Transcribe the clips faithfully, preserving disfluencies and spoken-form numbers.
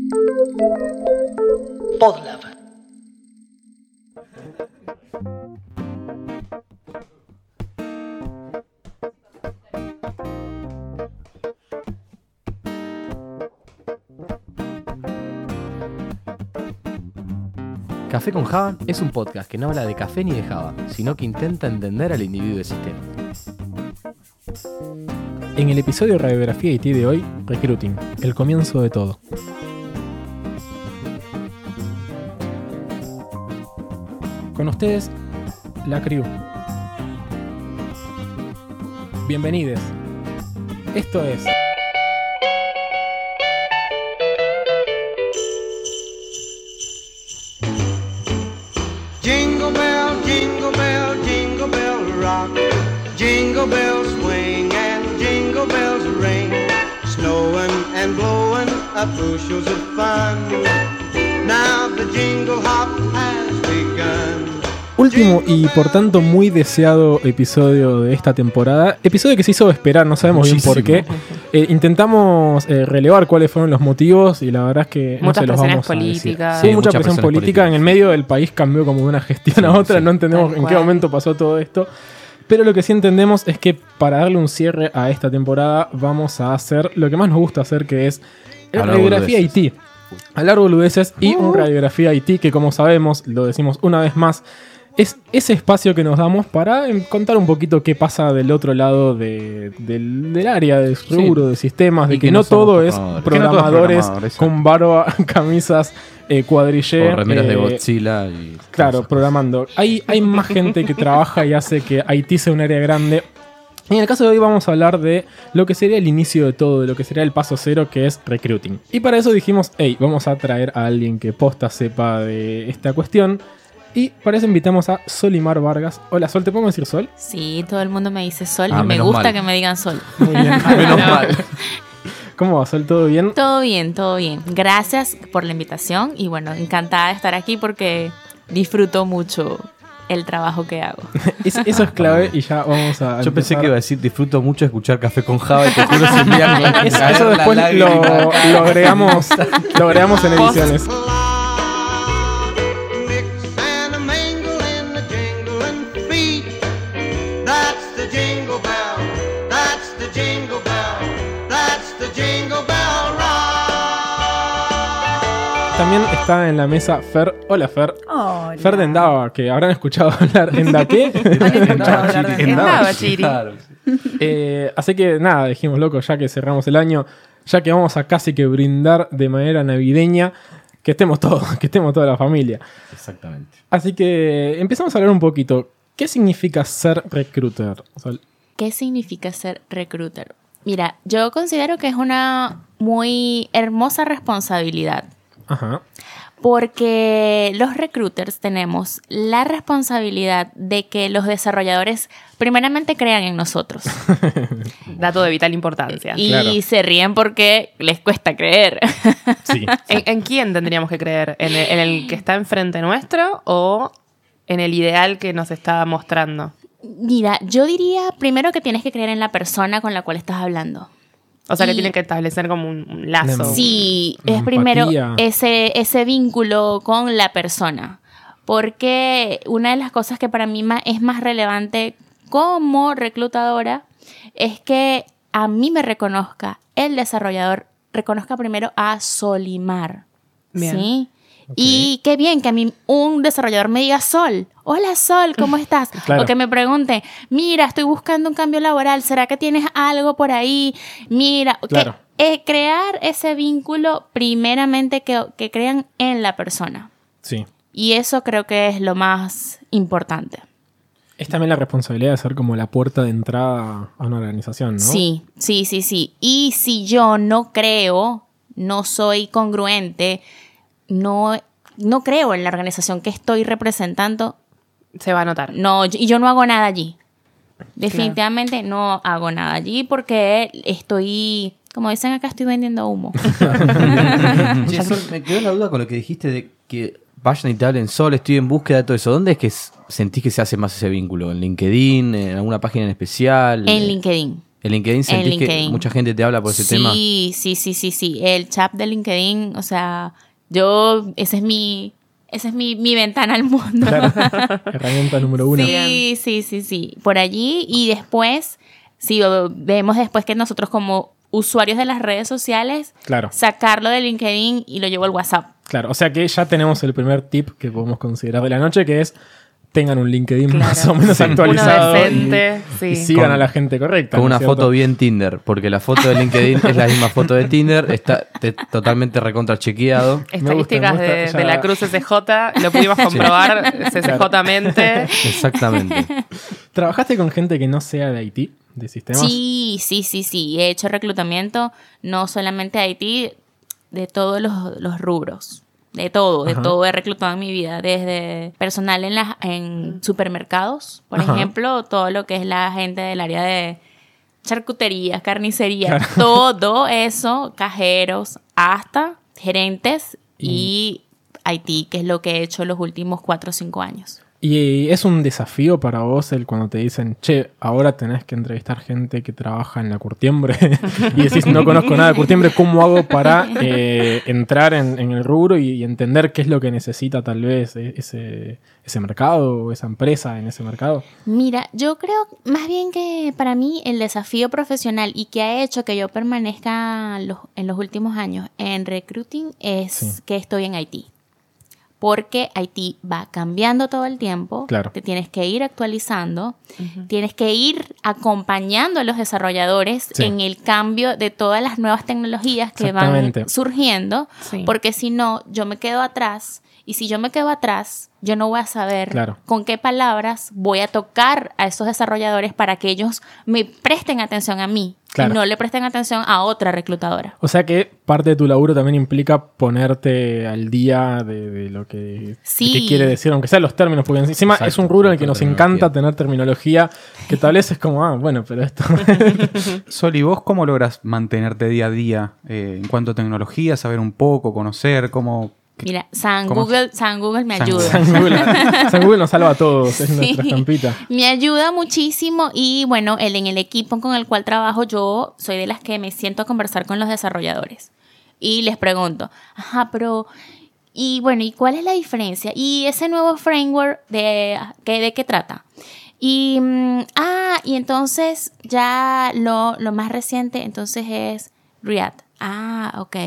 Podlab. Café con Java es un podcast que no habla de café ni de Java, sino que intenta entender al individuo del sistema. En el episodio de Radiografía I T de hoy, Recruiting, el comienzo de todo. Con ustedes, la crew. Bienvenidos. Esto es... Jingle bell, jingle bell, jingle bell rock. Jingle bells swing and jingle bells ring. Snowing and blowing up bushels of fun. Now the jingle hop has begun. Último y por tanto muy deseado episodio de esta temporada. Episodio que se hizo esperar, no sabemos Muchísimo. bien por qué. Eh, intentamos eh, relevar cuáles fueron los motivos y la verdad es que no Muchas se los presiones vamos a decir. políticas. Sí, Sí, mucha muchas presión presiones política. políticas. En el medio del país cambió como de una gestión a Sí, otra. sí. No entendemos Tal en qué cual. momento pasó todo esto. Pero lo que sí entendemos es que para darle un cierre a esta temporada vamos a hacer lo que más nos gusta hacer, que es Hablar radiografía I boludeces. T. Hablar boludeces y un radiografía I T que, como sabemos, lo decimos una vez más, es ese espacio que nos damos para em, contar un poquito qué pasa del otro lado de- del, del área de seguro, de sistemas, de Y que, que no no somos todo es programadores. programadores, Que no todo es programadores, con barba, camisas, eh, cuadrille. O remeras de eh, Godzilla y... Claro, cosas. programando. Hay, hay más gente que trabaja y hace que I T sea un área grande. Y en el caso de hoy vamos a hablar de lo que sería el inicio de todo, de lo que sería el paso cero, que es recruiting. Y para eso dijimos, hey, vamos a traer a alguien que posta sepa de esta cuestión. Y para eso invitamos a Solimar Vargas. Hola, Sol, ¿te podemos decir Sol? Sí, todo el mundo me dice Sol Ah, y me menos gusta mal. que me digan Sol. Muy bien. Menos mal. ¿Cómo va, Sol? ¿Todo bien? Todo bien, todo bien. Gracias por la invitación y bueno, encantada de estar aquí porque disfruto mucho el trabajo que hago. Es- eso es clave y ya vamos a Yo pensé empezar. que iba a decir, disfruto mucho escuchar Café con Java y te juro se me iba a Es- caer eso la después lágrima. lo, lo agregamos, lo agregamos en ediciones. Mix and a mingle in the jingling feet. That's the jingle bell. That's the jingle bell. That's the jingle bell rock. También está en la mesa Fer. Hola, Fer. Hola. Fer de Endava, que habrán escuchado hablar en da qué. Endava, Chiri. Claro. Eh, así que nada, dijimos, loco, ya que cerramos el año, ya que vamos a casi que brindar de manera navideña, que estemos todos, que estemos toda la familia. Exactamente. Así que empezamos a hablar un poquito. ¿Qué significa ser recruiter? Sol? ¿Qué significa ser recruiter? Mira, yo considero que es una muy hermosa responsabilidad. Ajá. Porque los recruiters tenemos la responsabilidad de que los desarrolladores primeramente crean en nosotros. Dato de vital importancia. Y Claro. se ríen porque les cuesta creer. Sí. ¿En, en quién tendríamos que creer? ¿En el, en el que está enfrente nuestro o en el ideal que nos está mostrando? Mira, yo diría primero que tienes que creer en la persona con la cual estás hablando. O sea, que Y- tienen que establecer como un, un lazo. Una- Sí, es Empatía. primero ese, ese vínculo con la persona. Porque una de las cosas que para mí ma- es más relevante como reclutadora es que a mí me reconozca el desarrollador, reconozca primero a Solimar. Bien. ¿Sí? Y qué bien que a mí un desarrollador me diga, Sol, hola Sol, ¿cómo estás? Claro. O que me pregunte, mira, estoy buscando un cambio laboral, ¿será que tienes algo por ahí? Mira, que- Claro. eh, crear ese vínculo primeramente que, que crean en la persona. Sí. Y eso creo que es lo más importante. Es también la responsabilidad de ser como la puerta de entrada a una organización, ¿no? Sí, sí, sí, sí. Y si yo no creo, no soy congruente, no, no creo en la organización que estoy representando, Se va a notar. no, y yo no hago nada allí. Definitivamente no hago nada allí porque estoy, como dicen acá, estoy vendiendo humo. Che, Sol, me quedó la duda con lo que dijiste de que vayan y te hablen Sol, estoy en búsqueda de todo eso. ¿Dónde es que s- sentís que se hace más ese vínculo? ¿En LinkedIn? ¿En alguna página en especial? En LinkedIn. ¿El LinkedIn sentís En que LinkedIn. mucha gente te habla por ese tema? Sí, sí, sí, sí, sí. El chat de LinkedIn, o sea, yo, ese es mi, esa es mi, mi ventana al mundo. Claro. Herramienta número uno. Sí, sí, sí, sí. Por allí y después, si vemos después que nosotros como usuarios de las redes sociales, Claro. sacarlo de LinkedIn y lo llevo al WhatsApp. Claro, o sea que ya tenemos el primer tip que podemos considerar de la noche, que es tengan un LinkedIn Claro. más o menos Sí. actualizado. Uno y- decente, sí. y sigan Con- a la gente correcta. Con ¿no una es cierto? foto bien Tinder, porque la foto de LinkedIn es la misma foto de Tinder, está te- totalmente recontra chequeado. Estadísticas Me gusta, me de, gusta, de ya- la Cruz S J, lo pudimos comprobar C S J-mente. Exactamente. ¿Trabajaste con gente que no sea de Haití, de sistemas? Sí, sí, sí, sí. He hecho reclutamiento no solamente de I T, de todos los, los rubros. De todo, de Ajá. todo he reclutado en mi vida. Desde personal en, las en supermercados, por Ajá. ejemplo, todo lo que es la gente del área de charcutería, carnicería, Claro. todo eso, cajeros, hasta gerentes y I T, que es lo que he hecho los últimos cuatro o cinco años. Y es un desafío para vos el cuando te dicen, che, ahora tenés que entrevistar gente que trabaja en la curtiembre y decís, no conozco nada de curtiembre, ¿cómo hago para eh, entrar en, en el rubro y, y entender qué es lo que necesita tal vez eh, ese, ese mercado o esa empresa en ese mercado? Mira, yo creo más bien que para mí el desafío profesional y que ha hecho que yo permanezca los- en los últimos años en recruiting es Sí. que estoy en I T. Porque I T va cambiando todo el tiempo, Claro. te tienes que ir actualizando, tienes que ir acompañando a los desarrolladores Sí. en el cambio de todas las nuevas tecnologías que van Exactamente. surgiendo, Sí. porque si no, yo me quedo atrás, y si yo me quedo atrás, yo no voy a saber Claro. con qué palabras voy a tocar a esos desarrolladores para que ellos me presten atención a mí Claro. y no le presten atención a otra reclutadora. O sea que parte de tu laburo también implica ponerte al día de, de lo que, Sí. que quiere decir, aunque sean los términos, porque encima Exacto, es un rubro en el que la nos terminología. encanta tener terminología que tal vez es como, ah, bueno, pero esto... Sol, ¿y vos cómo logras mantenerte día a día eh, en cuanto a tecnología, saber un poco, conocer, cómo... Mira, San ¿Cómo? Google, San Google me San ayuda. San Google, San Google nos salva a todos, es Sí. nuestra estampita. Me ayuda muchísimo y bueno, el, en el equipo con el cual trabajo yo soy de las que me siento a conversar con los desarrolladores y les pregunto, ajá, pero y bueno, ¿y cuál es la diferencia? ¿Y ese nuevo framework de qué, de qué trata? Y mm, ah, y entonces ya lo, lo más reciente entonces es React. Ah, ok.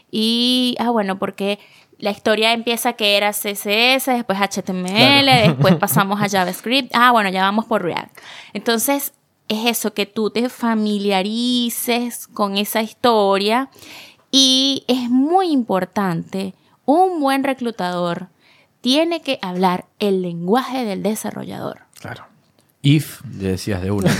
Y ah, bueno, porque la historia empieza que era C S S, después H T M L, Claro. después pasamos a JavaScript. Ah, bueno, ya vamos por React. Entonces, es eso, que tú te familiarices con esa historia. Y es muy importante, un buen reclutador tiene que hablar el lenguaje del desarrollador. Claro. If, le decías de una.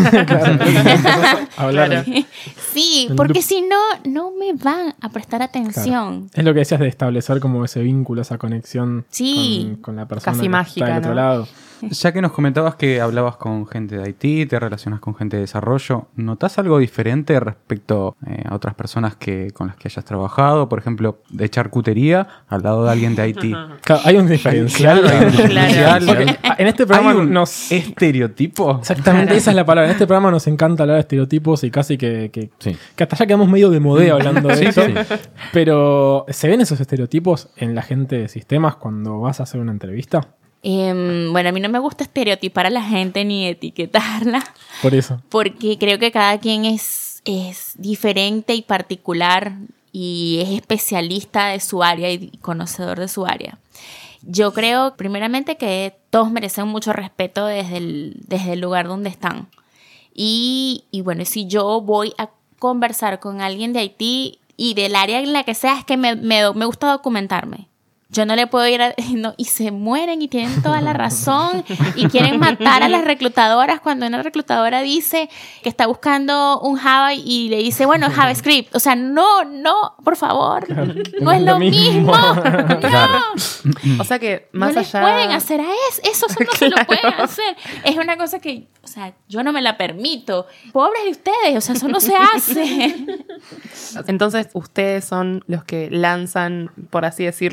Hablar. Claro. Sí, El porque loop. si no, no me van a prestar atención. Es lo que decías de establecer como ese vínculo, esa conexión Sí. con, con la persona Casi que mágica, está del otro ¿no? lado. Ya que nos comentabas que hablabas con gente de I T, te relacionas con gente de desarrollo, ¿notás algo diferente respecto eh, a otras personas que, con las que hayas trabajado? Por ejemplo, de charcutería al lado de alguien de I T. Claro, hay un diferencial. Claro, hay un Claro. diferencial. Porque en este programa ¿Hay un nos... estereotipo? Exactamente, esa es la palabra. En este programa nos encanta hablar de estereotipos y casi que, que, Sí. que hasta ya quedamos medio de modé hablando de Sí, eso. sí. Pero, ¿se ven esos estereotipos en la gente de sistemas cuando vas a hacer una entrevista? Em, bueno, a mí no me gusta estereotipar a la gente ni etiquetarla, Por eso. porque creo que cada quien es, es diferente y particular y es especialista de su área y conocedor de su área. Yo creo, primeramente, que todos merecen mucho respeto desde el, desde el lugar donde están. Y, y bueno, si yo voy a conversar con alguien de Haití y del área en la que sea, es que me, me, me gusta documentarme. Yo no le puedo ir a... No, y se mueren y tienen toda la razón y quieren matar a las reclutadoras cuando una reclutadora dice que está buscando un Java y le dice, bueno, JavaScript. O sea, no, no, por favor. No es lo mismo. Claro. No. O sea que más no les allá... pueden hacer a eso. Eso no se lo pueden hacer. Es una cosa que, o sea, yo no me la permito. Pobres de ustedes, o sea, eso no se hace. Entonces, ustedes son los que lanzan, por así decirlo, la,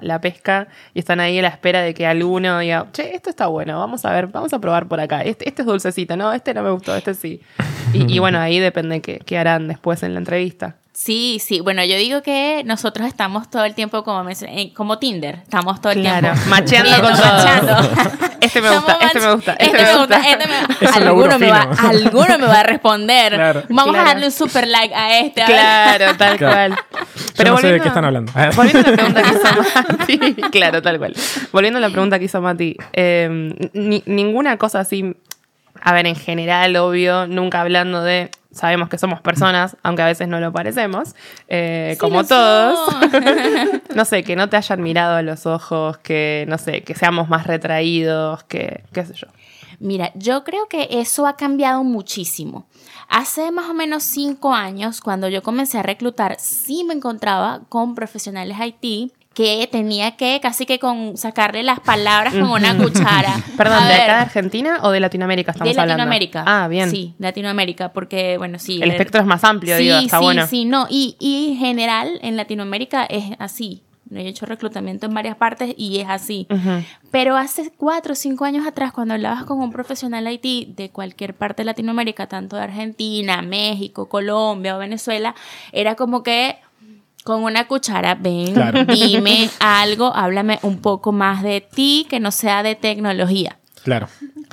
la pesca y están ahí a la espera de que alguno diga, che, esto está bueno, vamos a ver, vamos a probar por acá. Este, este es dulcecito, no, este no me gustó, este sí. Y, y bueno, ahí depende qué, qué harán después en la entrevista. Sí, sí. Bueno, yo digo que nosotros estamos todo el tiempo como, mencioné, como Tinder. Estamos todo el Claro, tiempo. macheando viendo, con todos. macheando. Este me gusta, Estamos este me gusta, mach- este me gusta. este me gusta. Es un laburo Alguno, me va, fino. alguno me va a responder. Claro. Vamos Claro. a darle un super like a este. a ver. Claro, tal Claro. cual. Yo no sé de qué están hablando. Volviendo a la pregunta que hizo Mati. Claro, tal cual. Volviendo a la pregunta que hizo Mati. eh, ni- ninguna cosa así. A ver, en general, obvio, nunca hablando de. Sabemos que somos personas, aunque a veces no lo parecemos. eh, Sí como lo todos. son. No sé, que no te hayan mirado a los ojos, que no sé, que seamos más retraídos, que qué sé yo. Mira, yo creo que eso ha cambiado muchísimo. Hace más o menos cinco años, cuando yo comencé a reclutar, sí me encontraba con profesionales I T que tenía que casi que con sacarle las palabras con una cuchara. Perdón, A ¿de ver, acá de Argentina o de Latinoamérica estamos de hablando? Latinoamérica. Ah, bien. Sí, Latinoamérica, porque, bueno, sí. El espectro es más amplio, sí, digo, está sí, bueno. Sí, no, y, y en general en Latinoamérica es así. He hecho reclutamiento en varias partes y es así. Ujú. Pero hace cuatro o cinco años atrás, cuando hablabas con un profesional I T de cualquier parte de Latinoamérica, tanto de Argentina, México, Colombia o Venezuela, era como que con una cuchara, ven, Claro. dime algo, háblame un poco más de ti, que no sea de tecnología. Claro.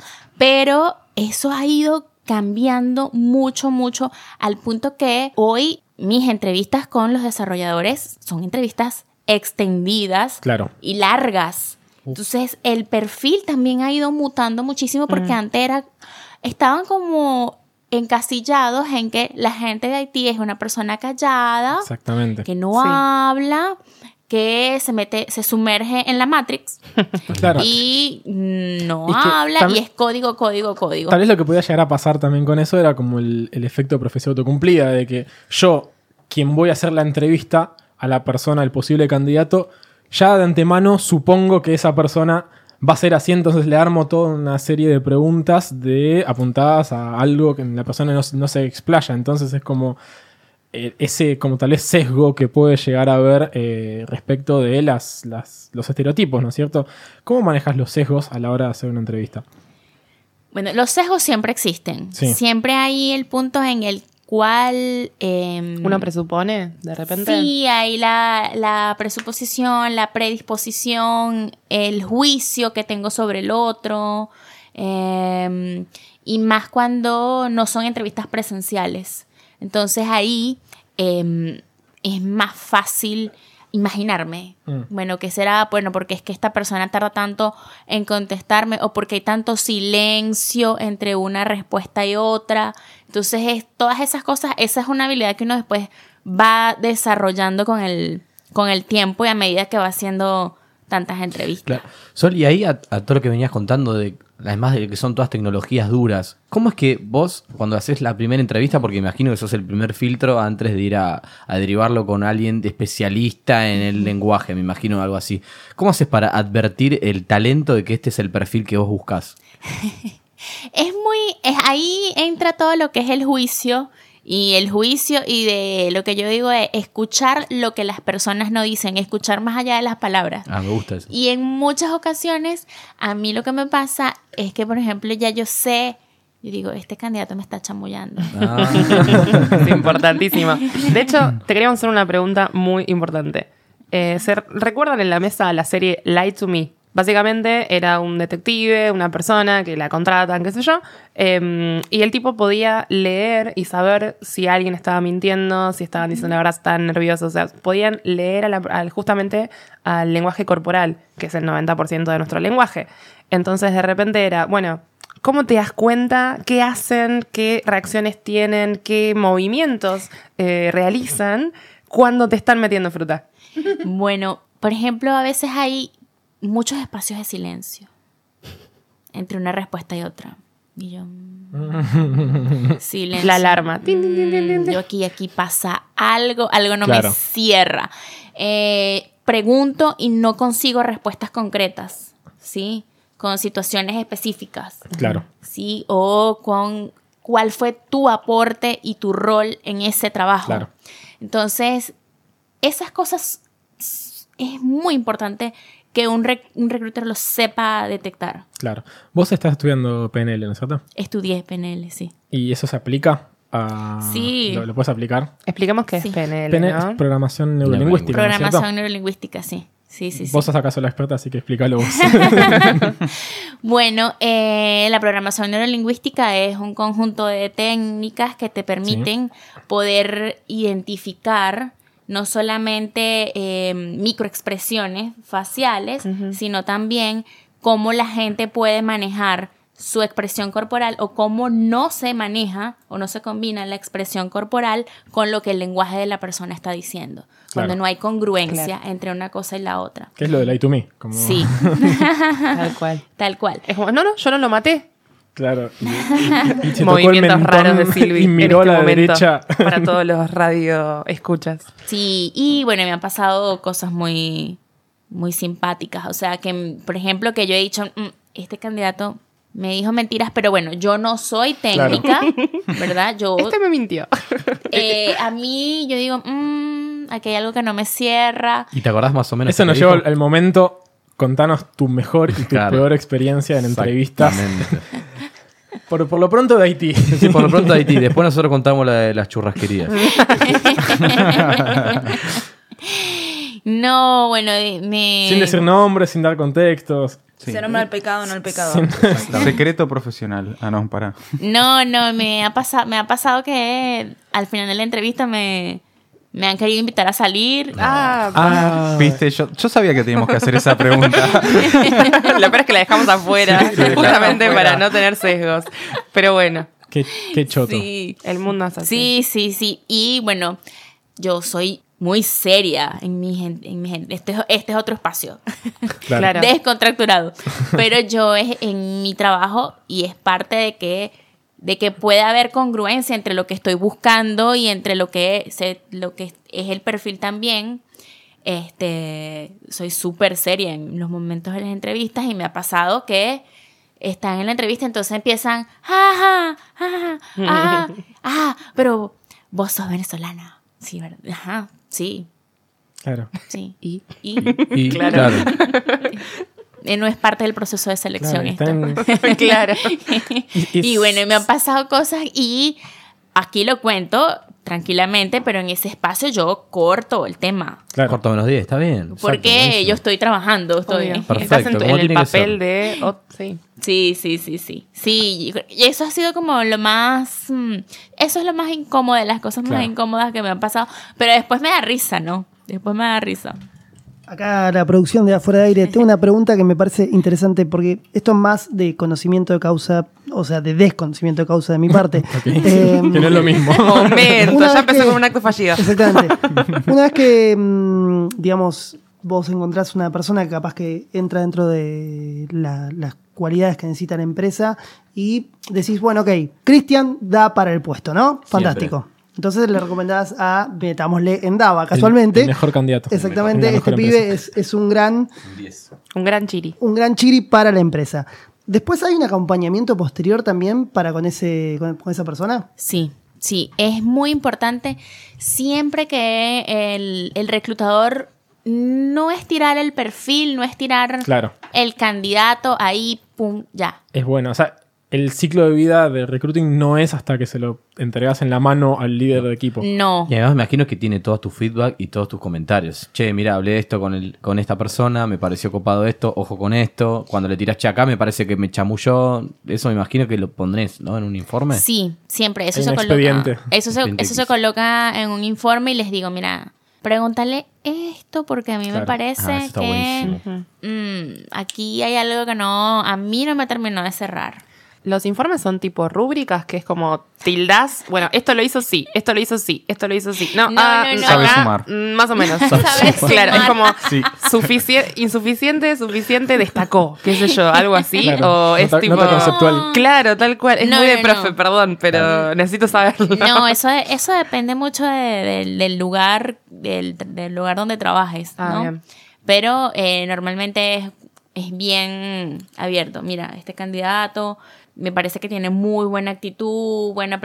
Pero eso ha ido cambiando mucho, mucho, al punto que hoy mis entrevistas con los desarrolladores son entrevistas extendidas Claro. y largas. Entonces, el perfil también ha ido mutando muchísimo porque antes era, estaban como encasillados en que la gente de Haití es una persona callada, Exactamente. que no Sí. habla, que se mete, se sumerge en la Matrix Claro. y no Y que habla tam- y es código, código, código. Tal vez lo que podía llegar a pasar también con eso era como el, el efecto de profecía autocumplida, de que yo, quien voy a hacer la entrevista a la persona, al posible candidato, ya de antemano supongo que esa persona va a ser así, entonces le armo toda una serie de preguntas de apuntadas a algo que la persona no, no se explaya. Entonces es como eh, ese, como tal vez sesgo que puede llegar a haber eh, respecto de las, las, los estereotipos, ¿no es cierto? ¿Cómo manejas los sesgos a la hora de hacer una entrevista? Bueno, los sesgos siempre existen. Sí. Siempre hay el punto en el cual... eh, Uno presupone, de repente. Sí, hay la, la presuposición, la predisposición, el juicio que tengo sobre el otro, eh, y más cuando no son entrevistas presenciales. Entonces ahí eh, es más fácil imaginarme, Mm. bueno, ¿qué será? Bueno, porque es que esta persona tarda tanto en contestarme o porque hay tanto silencio entre una respuesta y otra. Entonces, es, todas esas cosas, esa es una habilidad que uno después va desarrollando con el, con el tiempo y a medida que va haciendo tantas entrevistas. Claro. Sol, y ahí a, a todo lo que venías contando, de además de que son todas tecnologías duras, ¿cómo es que vos, cuando haces la primera entrevista, porque imagino que sos el primer filtro antes de ir a, a derivarlo con alguien de especialista en el lenguaje, me imagino algo así, ¿cómo haces para advertir el talento de que este es el perfil que vos buscás? Es muy, es, ahí entra todo lo que es el juicio y el juicio y de lo que yo digo es escuchar lo que las personas no dicen, escuchar más allá de las palabras. Ah, me gusta eso. Y en muchas ocasiones a mí lo que me pasa es que, por ejemplo, ya yo sé, yo digo, este candidato me está chamullando. Ah. Es importantísimo. De hecho, te queríamos hacer una pregunta muy importante. Eh, ¿se recuerdan en la mesa la serie Lie to Me? Básicamente era un detective, una persona que la contratan, qué sé yo, eh, y el tipo podía leer y saber si alguien estaba mintiendo, si estaban diciendo la verdad, si estaban nerviosos. O sea, podían leer a la- al- justamente al lenguaje corporal, que es el noventa por ciento de nuestro lenguaje. Entonces, de repente era, bueno, ¿cómo te das cuenta? ¿Qué hacen? ¿Qué reacciones tienen? ¿Qué movimientos eh, realizan cuando te están metiendo fruta? Bueno, por ejemplo, a veces hay muchos espacios de silencio entre una respuesta y otra. Y yo... mm, silencio. La alarma. Tin, tin, tin, tin, tin, tin. Yo aquí, aquí pasa algo, algo no Claro. me cierra. Eh, pregunto y no consigo respuestas concretas, ¿sí? Con situaciones específicas. Claro. ¿Sí? O con cuál fue tu aporte y tu rol en ese trabajo. Claro. Entonces, esas cosas es muy importante que un, rec- un recruiter lo sepa detectar. Claro. Vos estás estudiando P N L, ¿no es cierto? Estudié P N L, sí. ¿Y eso se aplica a...? Sí. ¿Lo, lo puedes aplicar? Expliquemos qué Sí. es P N L, P N L ¿no? es programación neurolingüística, ¿no es Programación cierto? neurolingüística, sí. Sí, sí, sí. Vos sos acaso la experta, así que explícalo vos. Bueno, eh, la programación neurolingüística es un conjunto de técnicas que te permiten poder identificar no solamente eh, microexpresiones faciales, Ujú. sino también cómo la gente puede manejar su expresión corporal o cómo no se maneja o no se combina la expresión corporal con lo que el lenguaje de la persona está diciendo. Cuando Claro. no hay congruencia Claro. entre una cosa y la otra. ¿Qué es lo del I to me? Como... Sí, Tal cual. tal cual. Es como, no, no, yo no lo maté. Claro. Y, y- y se tocó el Movimientos mentón raros de Silvi y miró en a este la momento derecha. para todos los radio escuchas. Sí, y bueno, me han pasado cosas muy, muy simpáticas. O sea, que, por ejemplo, que yo he dicho, "Mm, este candidato me dijo mentiras, pero bueno, yo no soy técnica, ¿verdad? Yo, Este me mintió. eh, a mí, yo digo, "Mm, aquí hay algo que no me cierra". ¿Y te acordás más o menos? Eso qué nos te lleva dijo? al al momento. Contanos tu mejor y tu Claro. peor experiencia en entrevistas. Exactamente. Por, por lo pronto de Haití. Sí, por lo pronto Haití. Después nosotros contamos la de las churrasquerías. No, bueno, de- me... Sin decir nombres, sin dar contextos. Sí. Se nombra el pecado, no el pecado. Sin- Secreto profesional. Ah, no, pará. No, no, me ha, pasado, me ha pasado que al final de la entrevista me, me han querido invitar a salir. Ah, Ah, Viste, yo, yo sabía que teníamos que hacer esa pregunta. lo peor es que la dejamos afuera, Sí, sí, la justamente dejamos para afuera. no tener sesgos. Pero bueno, qué, qué choto. Sí. el mundo es así. Sí, sí, sí. Y bueno, yo soy muy seria en mi gente. En mi gen- este, es- este es otro espacio. Claro. Claro. Descontracturado. Pero yo es en mi trabajo y es parte de que, de que puede haber congruencia entre lo que estoy buscando y entre lo que, se, lo que es el perfil también. Este, soy súper seria en los momentos de las entrevistas y me ha pasado que están en la entrevista, entonces empiezan, ah, ah, ah, ah, pero vos sos venezolana. Sí, ¿verdad? Ajá, sí, Claro. sí. Y Y Y, Claro. claro. eh, no es parte del proceso de selección Claro, esto. están- claro. y- Y bueno, me han pasado cosas y aquí lo cuento tranquilamente, pero en ese espacio yo corto el tema. Claro. Corto menos diez, está bien. exacto, Porque buenísimo. yo estoy trabajando, estoy... Obvio. Perfecto, Estás en, tu- como en el tiene que papel de... oh, sí. Sí, sí, sí, sí. Sí, y eso ha sido como lo más... mm, Eso es lo más incómodo, de las cosas Claro. más incómodas que me han pasado. Pero después me da risa, ¿no? Después me da risa. Acá la producción de Afuera de Aire. Tengo una pregunta que me parece interesante porque esto es más de conocimiento de causa, o sea, de desconocimiento de causa de mi parte. Eh, Que no es lo mismo. Momento, Una ya vez empezó que- con un acto fallido. Exactamente. Una vez que, mm, digamos, vos encontrás una persona que capaz que entra dentro de la- las cualidades que necesita la empresa y decís, bueno, ok, Cristian da para el puesto, ¿no? Fantástico. Entonces le recomendás a, metámosle en Dava, casualmente. El, el mejor candidato. Exactamente, En la este mejor pibe empresa. es, es un gran Un gran chiri. un gran chiri para la empresa. Después hay un acompañamiento posterior también para con ese con, con esa persona. Sí, sí. Es muy importante siempre que el, el reclutador no es tirar el perfil, no es tirar Claro. el candidato ahí, pum, ya. Es bueno. O sea, el ciclo de vida de recruiting no es hasta que se lo entregas en la mano al líder de equipo. No. Y además me imagino que tiene todos tus feedback y todos tus comentarios. Che, mira, hablé esto con el, con esta persona, me pareció copado esto, ojo con esto. Cuando le tiras che acá me parece que me chamulló. Eso me imagino que lo pondrés, ¿no? En un informe. Sí, siempre. Eso Hay se un coloca. expediente. Eso se, Expediente eso se X. coloca en un informe y les digo, mira, pregúntale esto porque a mí me Claro. parece Ah, eso está que buenísimo. mm, aquí hay algo que no, a mí no me terminó de cerrar. Los informes son tipo rúbricas, que es como tildas. Bueno, esto lo hizo sí, esto lo hizo sí, esto lo hizo sí. No, No, ah, no, no. Sabe acá, sumar. mm, más o menos. Sabe Claro, es sumar. como Sí. sufici- insuficiente, suficiente, destacó, qué sé yo, algo así. Claro, O es nota- tipo. nota conceptual. Claro, tal cual. Es No, muy de no, profe, no. perdón, pero necesito saberlo. No, eso, eso depende mucho de- del- del lugar, del, del lugar donde trabajes, Ah, ¿no? bien. Pero eh, normalmente es, es bien abierto. Mira, este candidato me parece que tiene muy buena actitud, buena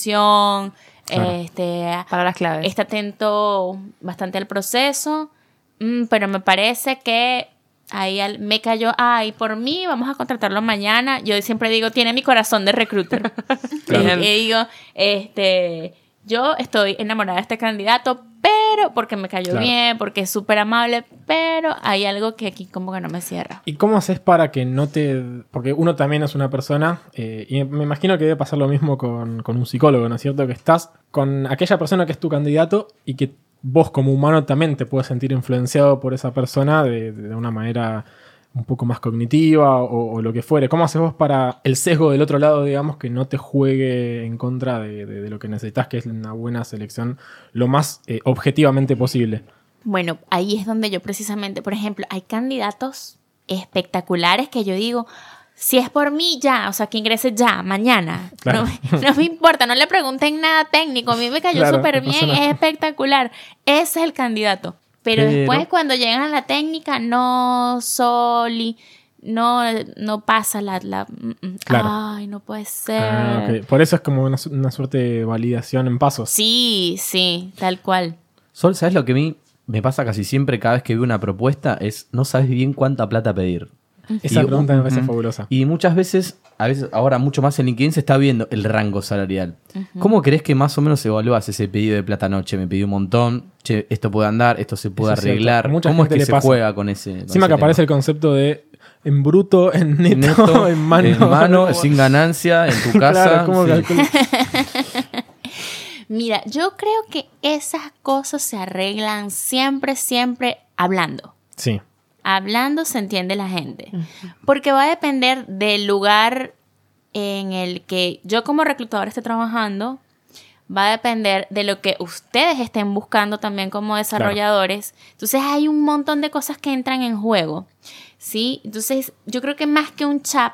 predisposición, Claro. este, Palabras claves. está atento bastante al proceso, mm, pero me parece que ahí al- me cayó, ay, por mí vamos a contratarlo mañana. Yo siempre digo, tiene mi corazón de recruiter. Claro. y, y digo, este, yo estoy enamorada de este candidato, pero porque me cayó Claro. bien, porque es súper amable, pero hay algo que aquí como que no me cierra. ¿Y cómo haces para que no te...? Porque uno también es una persona, eh, y me imagino que debe pasar lo mismo con, con un psicólogo, ¿no es cierto? Que estás con aquella persona que es tu candidato y que vos como humano también te puedes sentir influenciado por esa persona de, de una manera un poco más cognitiva o, o lo que fuere. ¿Cómo haces vos para el sesgo del otro lado, digamos, que no te juegue en contra de, de- de lo que necesitas, que es una buena selección, lo más eh, objetivamente posible? Bueno, ahí es donde yo precisamente, por ejemplo, hay candidatos espectaculares que yo digo, si es por mí ya, o sea, que ingrese ya, mañana. Claro. No, me- no me importa, no le pregunten nada técnico, a mí me cayó Claro, súper no pasa bien, nada. es espectacular. Ese es el candidato. Pero, Pero- después cuando llegan a la técnica, no, Soli, no, no pasa la... la mm, mm. Claro. Ay, no puede ser. Ah, ok. Por eso es como una, su- una suerte de validación en pasos. Sí, sí, tal cual. Sol, ¿sabes lo que a mí me pasa casi siempre cada vez que veo una propuesta? Es no sabes bien cuánta plata pedir. Esa Y- pregunta me parece Ujú. fabulosa. Y muchas veces, a veces ahora mucho más en LinkedIn se está viendo el rango salarial. ¿Cómo crees que más o menos evalúas ese pedido de plata? No, che, me pidió un montón, che, esto puede andar, esto se puede Eso es cierto. arreglar. A mucha ¿Cómo es gente que le se pasa. juega con ese? con Encima ese que aparece tema? el concepto de en bruto, en neto, Neto, en mano. en mano, sin ganancia, en tu casa. Claro, ¿cómo sí. calculas? Mira, yo creo que esas cosas se arreglan siempre, siempre hablando. Sí, Hablando se entiende la gente. Porque va a depender del lugar en el que yo como reclutador esté trabajando. Va a depender de lo que ustedes estén buscando también como desarrolladores. Entonces hay un montón de cosas que entran en juego. ¿Sí? Entonces yo creo que más que un chat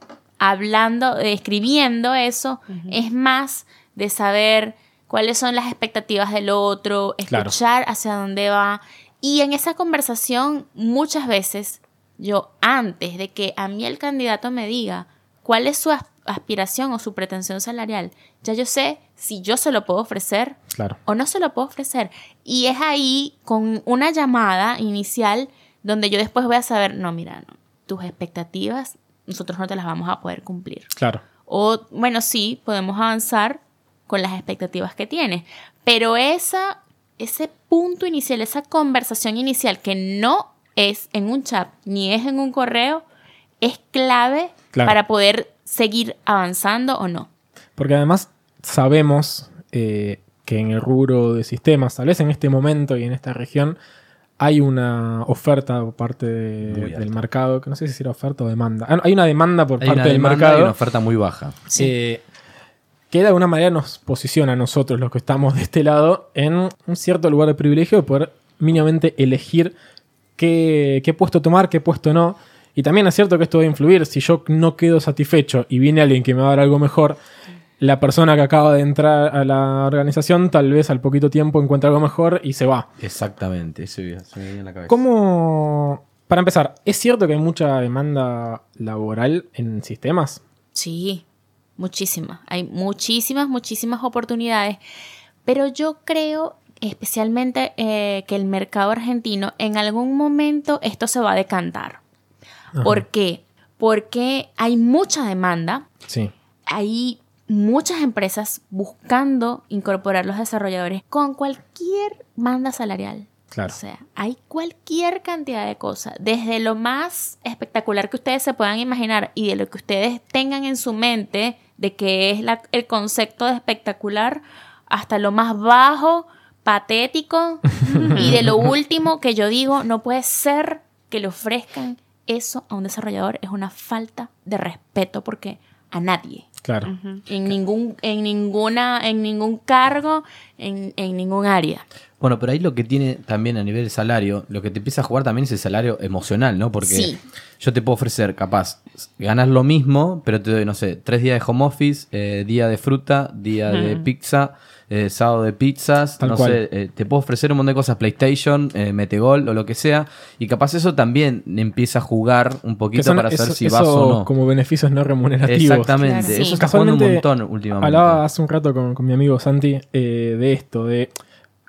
hablando, eh, escribiendo eso, es más de saber cuáles son las expectativas del otro, Claro. escuchar hacia dónde va. Y en esa conversación, muchas veces, yo antes de que a mí el candidato me diga cuál es su as- aspiración o su pretensión salarial, ya yo sé si yo se lo puedo ofrecer claro. o no se lo puedo ofrecer. Y es ahí con una llamada inicial donde yo después voy a saber, no, mira, no, tus expectativas nosotros no te las vamos a poder cumplir. Claro. O, bueno, sí, podemos avanzar con las expectativas que tienes. Pero esa, ese punto inicial, esa conversación inicial que no es en un chat ni es en un correo, es clave Claro. para poder seguir avanzando o no. Porque además sabemos eh, que en el rubro de sistemas, tal vez en este momento y en esta región, hay una oferta por parte de- Muy del alta. mercado, que no sé si será oferta o demanda. Ah, no, hay una demanda por Hay parte una del demanda mercado. y una oferta muy baja. eh, que de alguna manera nos posiciona a nosotros, los que estamos de este lado, en un cierto lugar de privilegio de poder mínimamente elegir qué, qué puesto tomar, qué puesto no. Y también es cierto que esto va a influir. Si yo no quedo satisfecho y viene alguien que me va a dar algo mejor, la persona que acaba de entrar a la organización tal vez al poquito tiempo encuentra algo mejor y se va. Exactamente, eso se me viene en la cabeza. ¿Cómo...? Para empezar, ¿es cierto que hay mucha demanda laboral en sistemas? Sí, muchísimas. Hay muchísimas, muchísimas oportunidades. Pero yo creo, especialmente, eh, que el mercado argentino, en algún momento esto se va a decantar. ¿Por qué? Porque hay mucha demanda, Sí. hay muchas empresas buscando incorporar los desarrolladores con cualquier banda salarial. Claro. O sea, hay cualquier cantidad de cosas, desde lo más espectacular que ustedes se puedan imaginar y de lo que ustedes tengan en su mente de que es la- el concepto de espectacular, hasta lo más bajo, patético y de lo último que yo digo, no puede ser que le ofrezcan eso a un desarrollador, es una falta de respeto porque a nadie. Claro. En ningún, en ninguna, en ningún cargo, en, en ningún área. Bueno, pero ahí lo que tiene también a nivel de salario, lo que te empieza a jugar también es el salario emocional, ¿no? Porque Sí. yo te puedo ofrecer, capaz, ganas lo mismo, pero te doy, no sé, tres días de home office, eh, día de fruta, día de pizza, eh, sábado de pizzas, Tal no cual. sé, eh, te puedo ofrecer un montón de cosas, PlayStation, eh, Metegol o lo que sea, y capaz eso también empieza a jugar un Que poquito son para saber eso- si vas eso o no. como beneficios no remunerativos. Exactamente, Claro. eso Sí. está jugando un Casualmente, montón últimamente. Hablaba hace un rato con, con mi amigo Santi eh, de esto, de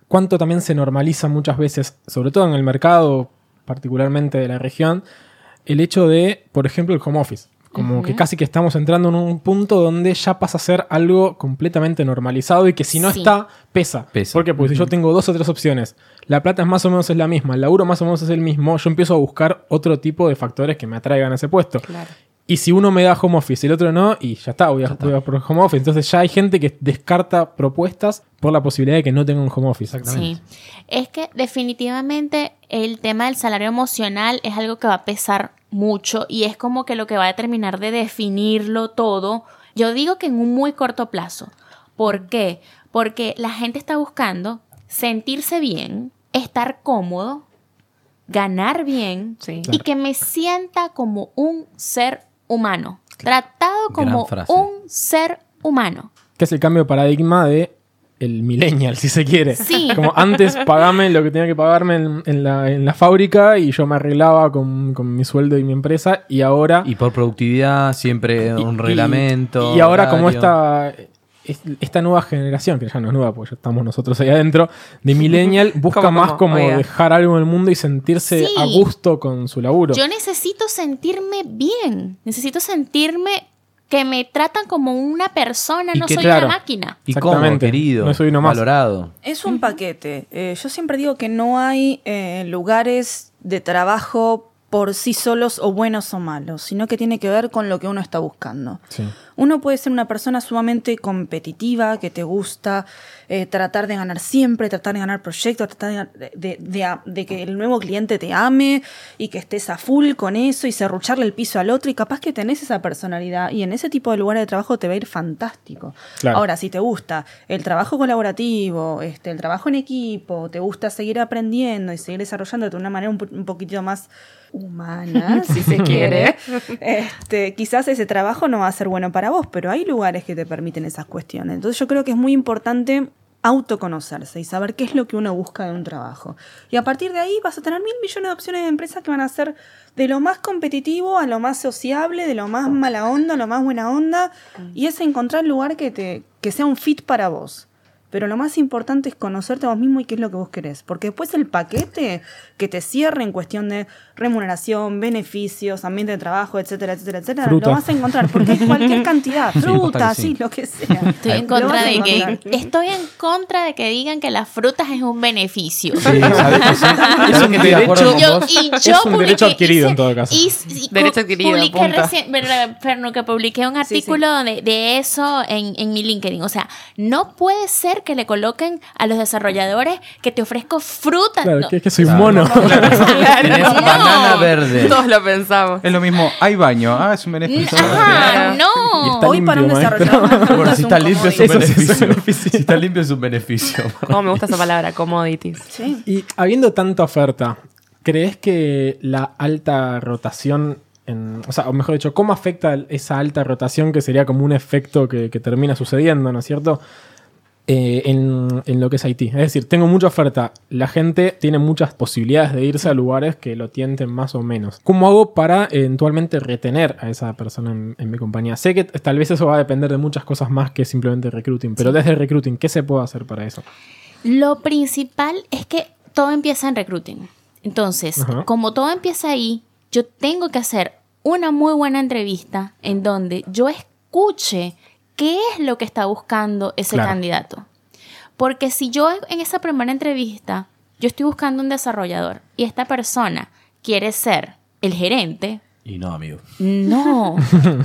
cuánto también se normaliza muchas veces, sobre todo en el mercado, particularmente de la región, el hecho de, por ejemplo, el home office. Como uh-huh. que casi que estamos entrando en un punto donde ya pasa a ser algo completamente normalizado y que si no sí. está, pesa. pesa. ¿Por qué? Porque uh-huh. si yo tengo dos o tres opciones, la plata es más o menos es la misma, el laburo más o menos es el mismo, yo empiezo a buscar otro tipo de factores que me atraigan a ese puesto. Claro. Y si uno me da home office y el otro no, y ya está, voy a, voy a por home office. Entonces ya hay gente que descarta propuestas por la posibilidad de que no tenga un home office. Exactamente. Sí, es que definitivamente el tema del salario emocional es algo que va a pesar mucho y es como que lo que va a determinar de definirlo todo. Yo digo que en un muy corto plazo. ¿Por qué? Porque la gente está buscando sentirse bien, estar cómodo, ganar bien sí. y claro. que me sienta como un ser humano, tratado como un ser humano. Que es el cambio de paradigma de el millennial, si se quiere. Sí. Como antes pagame lo que tenía que pagarme en, en, la, en la fábrica y yo me arreglaba con, con mi sueldo y mi empresa y ahora... Y por productividad siempre un y, reglamento. Y, y ahora horario. Como esta... Esta nueva generación, que ya no es nueva porque ya estamos nosotros ahí adentro, de millennial, busca ¿Cómo, más como Oiga. dejar algo en el mundo y sentirse sí. a gusto con su laburo. Yo necesito sentirme bien, necesito sentirme que me tratan como una persona, y no que, soy claro, una máquina. Y como querido, no soy uno más. Valorado. Es un paquete. Eh, yo siempre digo que no hay eh, lugares de trabajo por sí solos o buenos o malos, sino que tiene que ver con lo que uno está buscando. Sí. Uno puede ser una persona sumamente competitiva, que te gusta eh, tratar de ganar siempre, tratar de ganar proyectos, tratar de, de, de, de que el nuevo cliente te ame y que estés a full con eso y serrucharle el piso al otro y capaz que tenés esa personalidad y en ese tipo de lugares de trabajo te va a ir fantástico. Claro. Ahora, si te gusta el trabajo colaborativo, este, el trabajo en equipo, te gusta seguir aprendiendo y seguir desarrollándote de una manera un, un poquitito más humana, si se quiere, este, quizás ese trabajo no va a ser bueno para vos, pero hay lugares que te permiten esas cuestiones. Entonces yo creo que es muy importante autoconocerse y saber qué es lo que uno busca de un trabajo. Y a partir de ahí vas a tener mil millones de opciones de empresas que van a ser de lo más competitivo a lo más sociable, de lo más mala onda a lo más buena onda, y es encontrar el lugar que, te, que sea un fit para vos. Pero lo más importante es conocerte a vos mismo y qué es lo que vos querés. Porque después el paquete que te cierre en cuestión de remuneración, beneficios, ambiente de trabajo, etcétera, etcétera, etcétera, fruta. Lo vas a encontrar porque hay cualquier cantidad. Fruta, sí, sí, lo que sea. Estoy en contra de que estoy en contra de que digan que las frutas es un beneficio. Sí, es un derecho, yo, y yo es un derecho adquirido hice, en todo caso. Y, y derecho adquirido. Publiqué recién, Ferno, que publiqué un artículo sí, sí. De, de eso en, en mi LinkedIn. O sea, no puede ser que le coloquen a los desarrolladores que te ofrezco fruta. Claro, no. que es que soy claro, mono. No, claro. Tenés no. banana verde. Todos lo pensamos. Es lo mismo, hay baño. Ah, es un beneficio. Ah, no. Hoy para un desarrollador. Bueno, si está limpio es un beneficio. Si está limpio es un beneficio. Cómo me gusta esa palabra, commodities. Sí. Y habiendo tanta oferta, ¿crees que la alta rotación... En, o sea, o mejor dicho, ¿cómo afecta esa alta rotación que sería como un efecto que, que termina sucediendo, ¿no es cierto? Eh, en, en lo que es I T. Es decir, tengo mucha oferta. La gente tiene muchas posibilidades de irse a lugares que lo tienten más o menos. ¿Cómo hago para eventualmente retener a esa persona en, en mi compañía? Sé que tal vez eso va a depender de muchas cosas más que simplemente recruiting, pero sí. Desde el recruiting, ¿qué se puede hacer para eso? Lo principal es que todo empieza en recruiting. Entonces, uh-huh. como todo empieza ahí, yo tengo que hacer una muy buena entrevista en donde yo escuche qué es lo que está buscando ese claro. candidato. Porque si yo en esa primera entrevista, yo estoy buscando un desarrollador y esta persona quiere ser el gerente. Y no, amigo. No.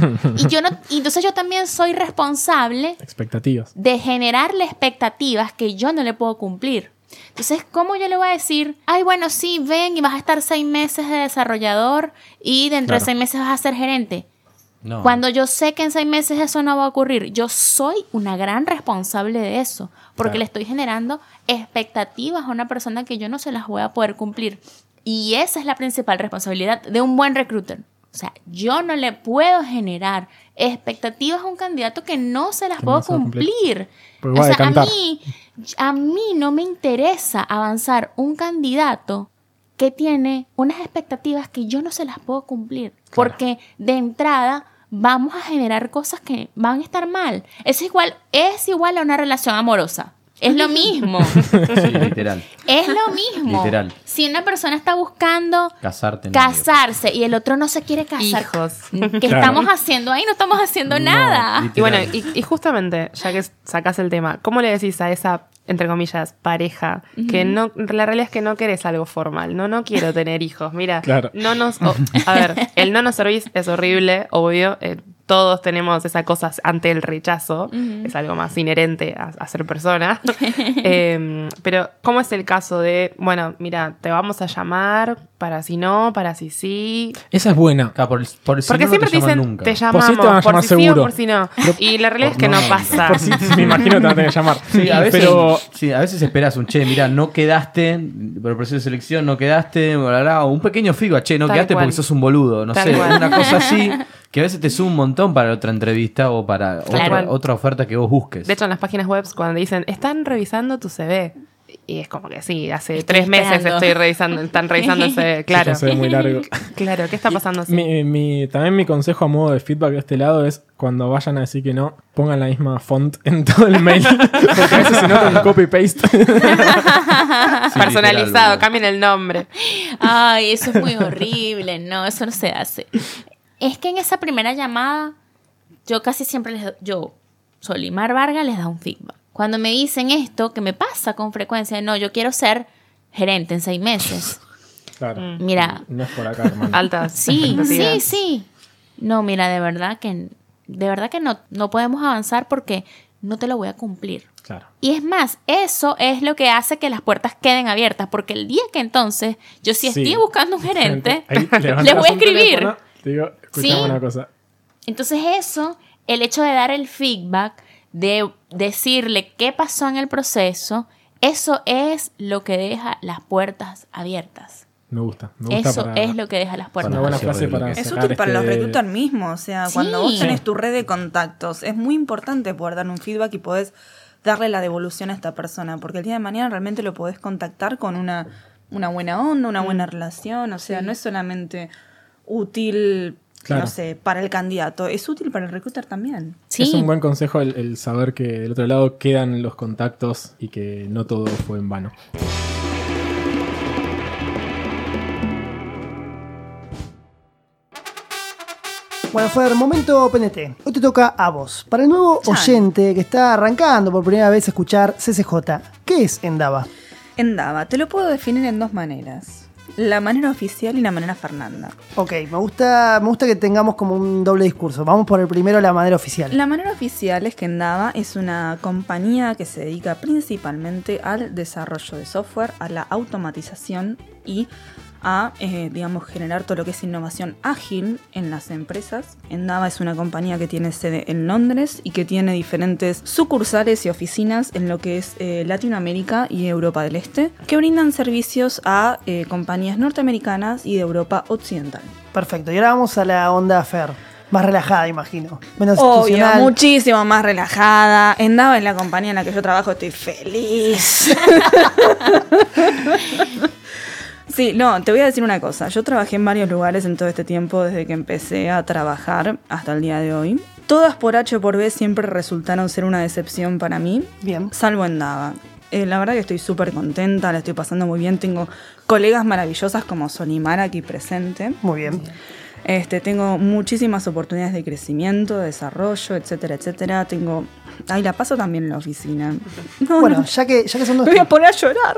y yo no. Y entonces yo también soy responsable. Expectativas. De generarle expectativas que yo no le puedo cumplir. Entonces, ¿cómo yo le voy a decir? Ay, bueno, sí, ven y vas a estar seis meses de desarrollador y dentro claro. de seis meses vas a ser gerente. No. Cuando yo sé que en seis meses eso no va a ocurrir, yo soy una gran responsable de eso, porque claro. le estoy generando expectativas a una persona que yo no se las voy a poder cumplir. Y esa es la principal responsabilidad de un buen recruiter. O sea, yo no le puedo generar expectativas a un candidato que no se las que puedo no cumplir. O sea, a mí, a mí no me interesa avanzar un candidato que tiene unas expectativas que yo no se las puedo cumplir. Claro. Porque de entrada vamos a generar cosas que van a estar mal. Es igual, es igual a una relación amorosa. Es lo mismo. Sí, literal. Es lo mismo. Literal. Si una persona está buscando Casarte. no, casarse y el otro no se quiere casar, Hijos. ¿qué Claro. estamos haciendo ahí? No estamos haciendo No, nada. literal. Y bueno, y, y justamente, ya que sacás el tema, ¿cómo le decís a esa, entre comillas, pareja que no, la realidad es que no querés algo formal? No, no quiero tener hijos. Mira, Claro. no nos. o- a ver, el no nos servís es horrible, obvio. eh, todos tenemos esa cosa ante el rechazo. Ujú. Es algo más inherente a, a ser persona. Eh, pero, ¿cómo es el caso de, bueno, mira, te vamos a llamar para si no, para si sí? Esa es buena. Claro, por el, por el si Porque no, no siempre te llaman dicen, nunca. te Por llamamos, si te van a llamar por si sí o seguro. por si no. Y la realidad es que por- no no, pasa. Por si, me imagino que te van a tener que llamar. Sí, a veces, Pero sí, a veces esperas un che, mira, no quedaste, por el proceso de selección no quedaste, bla, bla, bla, o un pequeño feedback, che, no Tal quedaste cual. porque sos un boludo, no Tal sé, cual. una cosa así, que a veces te sube un montón para otra entrevista o para Claro. otra, otra oferta que vos busques. De hecho, en las páginas web, cuando dicen, están revisando tu C V. Y es como que sí, hace Estoy tres meses esperando. estoy revisando, están revisando el C V. Claro. se ve muy largo. Claro, ¿qué está pasando así? Mi, mi- también mi consejo a modo de feedback de este lado es cuando vayan a decir que no, pongan la misma font en todo el mail. Porque a veces se nota un copy-paste. Personalizado, literal, cambien el nombre. Ay, eso es muy horrible. No, eso no se hace. Es que en esa primera llamada, yo casi siempre les doy, yo, Solimar Vargas, les da un feedback. Cuando me dicen esto, que me pasa con frecuencia, no, yo quiero ser gerente en seis meses. Claro. Mira, No es por acá, hermano. Altas. sí, sí, expectativas. sí. No, mira, de verdad que, de verdad que no, no podemos avanzar porque no te lo voy a cumplir. Claro. Y es más, eso es lo que hace que las puertas queden abiertas, porque el día que entonces yo si Sí. estoy buscando un gerente, Ahí levantas les voy a un escribir. teléfono, te digo, escuchame Sí. una cosa. Entonces eso, el hecho de dar el feedback, de decirle qué pasó en el proceso, eso es lo que deja las puertas abiertas. Me gusta. Me gusta Eso para- es lo que deja las es puertas una buena Para frase para cierre Es cerrar útil para los este- reclutas mismos, o sea, Sí. cuando vos tenés Sí. tu red de contactos, es muy importante poder dar un feedback y podés darle la devolución a esta persona, porque el día de mañana realmente lo podés contactar con una, una buena onda, una buena relación, o sea, no es solamente útil, Claro. no sé, para el candidato, es útil para el reclutar también. Sí, Es un buen consejo el, el saber que del otro lado quedan los contactos y que no todo fue en vano. Bueno, Fer, momento P N T. Hoy te toca a vos. Para el nuevo Chan. oyente que está arrancando por primera vez a escuchar C C J, ¿qué es Endava? Endava, te lo puedo definir en dos maneras. La manera oficial y la manera Fernanda. Ok, me gusta, me gusta que tengamos como un doble discurso. Vamos por el primero, la manera oficial. La manera oficial es que Endava es una compañía que se dedica principalmente al desarrollo de software, a la automatización y a, eh, digamos, generar todo lo que es innovación ágil en las empresas. Endava es una compañía que tiene sede en Londres y que tiene diferentes sucursales y oficinas en lo que es eh, Latinoamérica y Europa del Este, que brindan servicios a eh, compañías norteamericanas y de Europa Occidental. Perfecto, y ahora vamos a la onda Fer. Más relajada, imagino. Menos Obvio, institucional. muchísimo más relajada. Endava en la compañía en la que yo trabajo, estoy feliz. Sí, no, te voy a decir una cosa. Yo trabajé en varios lugares en todo este tiempo, desde que empecé a trabajar hasta el día de hoy. Todas por H o por B siempre resultaron ser una decepción para mí, Bien. salvo Endava. Eh, la verdad que estoy súper contenta, la estoy pasando muy bien. Tengo colegas maravillosas como Solimar aquí presente. Muy bien. Este, tengo muchísimas oportunidades de crecimiento, de desarrollo, etcétera, etcétera. Tengo... Ay, la paso también en la oficina. No, Bueno, no. ya que, ya que son Me voy a nuestro, poner a llorar.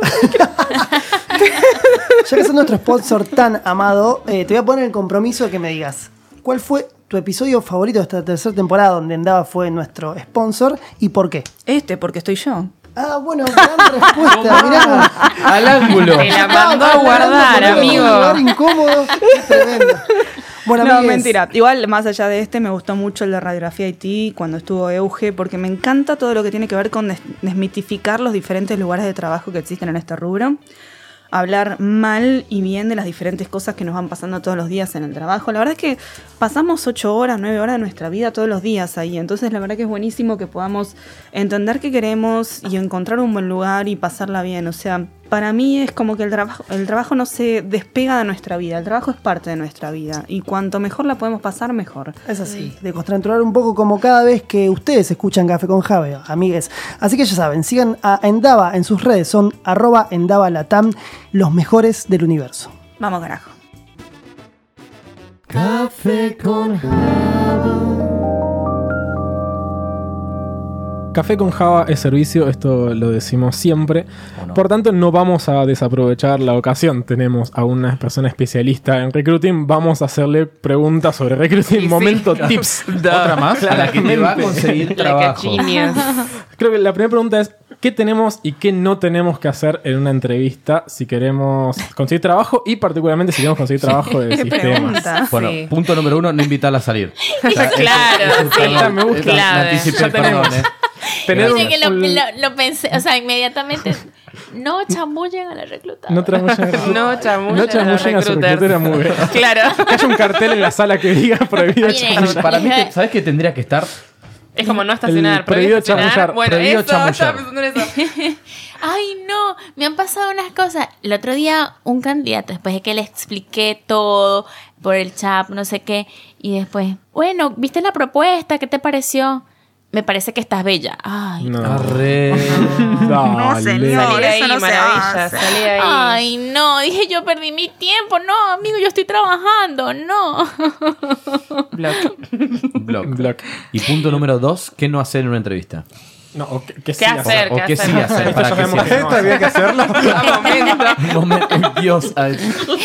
ya que son nuestro sponsor tan amado, eh, te voy a poner el compromiso de que me digas cuál fue tu episodio favorito de esta tercera temporada donde Endava fue nuestro sponsor y por qué. Este, porque estoy yo. Ah, bueno, gran respuesta. Mirá. Al ángulo. Te la mandó a Estaba guardar, hablando, amigo. poniendo en un lugar incómodo. Tremendo. Bueno, No, amigues, mentira. Igual, más allá de este, me gustó mucho el de Radiografía I T cuando estuvo Euge, porque me encanta todo lo que tiene que ver con des- desmitificar los diferentes lugares de trabajo que existen en este rubro. Hablar mal y bien de las diferentes cosas que nos van pasando todos los días en el trabajo. La verdad es que pasamos ocho horas, nueve horas de nuestra vida todos los días ahí. Entonces, la verdad que es buenísimo que podamos entender qué queremos y encontrar un buen lugar y pasarla bien. O sea, para mí es como que el trabajo, el trabajo no se despega de nuestra vida, el trabajo es parte de nuestra vida y cuanto mejor la podemos pasar, mejor. Es así, de controlar un poco como cada vez que ustedes escuchan Café con Jave, amigues. Así que ya saben, sigan a Endava en sus redes, son arroba endavalatam, los mejores del universo. Vamos carajo. Café con Java. Café con Java es servicio, esto lo decimos siempre. No? Por tanto, no vamos a desaprovechar la ocasión. Tenemos a una persona especialista en recruiting. Vamos a hacerle preguntas sobre recruiting. Sí, Momento sí. tips. Otra más a la que te va a conseguir Like a trabajo. genius. Creo que la primera pregunta es: ¿qué tenemos y qué no tenemos que hacer en una entrevista si queremos conseguir trabajo y particularmente si queremos conseguir trabajo de ¿Qué sistemas? pregunta? Bueno, Sí. punto número uno, no invitarla a salir. O sea, eso- Claro, eso- sí. perdón, Esta me gusta. esa- la Clave. anticipé, Ya tenemos. perdón, eh. Tener Oye, un- que lo, un- lo, lo pensé, o sea, inmediatamente, no chamullen a la reclutadora. No tramullen No chamullen No a chamullen a su recruiters. reclutera, muy bien. Claro. Que haya un cartel en la sala que diga prohibido Miren, chamullar. Para mí, te- ¿sabes qué tendría que estar? Es como no estacionar. El prohibido estacionar. chamullar. Bueno, Prohibido eso, chamullar. estaba pensando en eso. Ay, no, me han pasado unas cosas. El otro día, un candidato, después de que le expliqué todo por el chat, no sé qué, y después, bueno, ¿viste la propuesta? ¿Qué te pareció? Me parece que estás bella. Ay, No. Arre. No, Dale. señor. Salí de ahí, eso no se maravilla. hace. Salí de ahí. Ay, no, dije yo perdí mi tiempo. No, amigo, yo estoy trabajando. No. Block. Block. Block. Y punto número dos, ¿qué no hacer en una entrevista? No, o que, que sí ¿Qué hacer? O ¿Qué qué sí hacer? hacer. Esto Para ya que sabemos sea- que no. Había que hacerlo. A momento. Un momento, Dios. ay.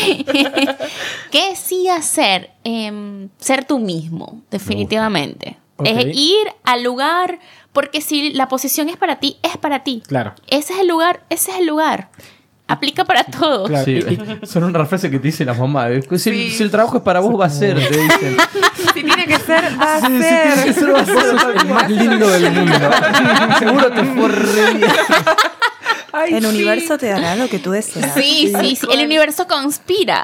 ¿Qué sí hacer? Em, ser tú mismo, definitivamente. Ok. Es ir al lugar, porque si la posición es para ti, es para ti. Claro. Ese es el lugar, ese es el lugar. Aplica para todo. Claro. Sí, Y- son una frase que te dicen las mamás. Si, el- Sí. si el trabajo es para vos, va a ser, te dicen. Si tiene que ser, va a Sí, sí, ser. tiene que ser, va a ser. Vos sos el más lindo del mundo. Seguro te fue re bien. El universo te dará lo que tú deseas. Sí, sí, sí. El universo conspira.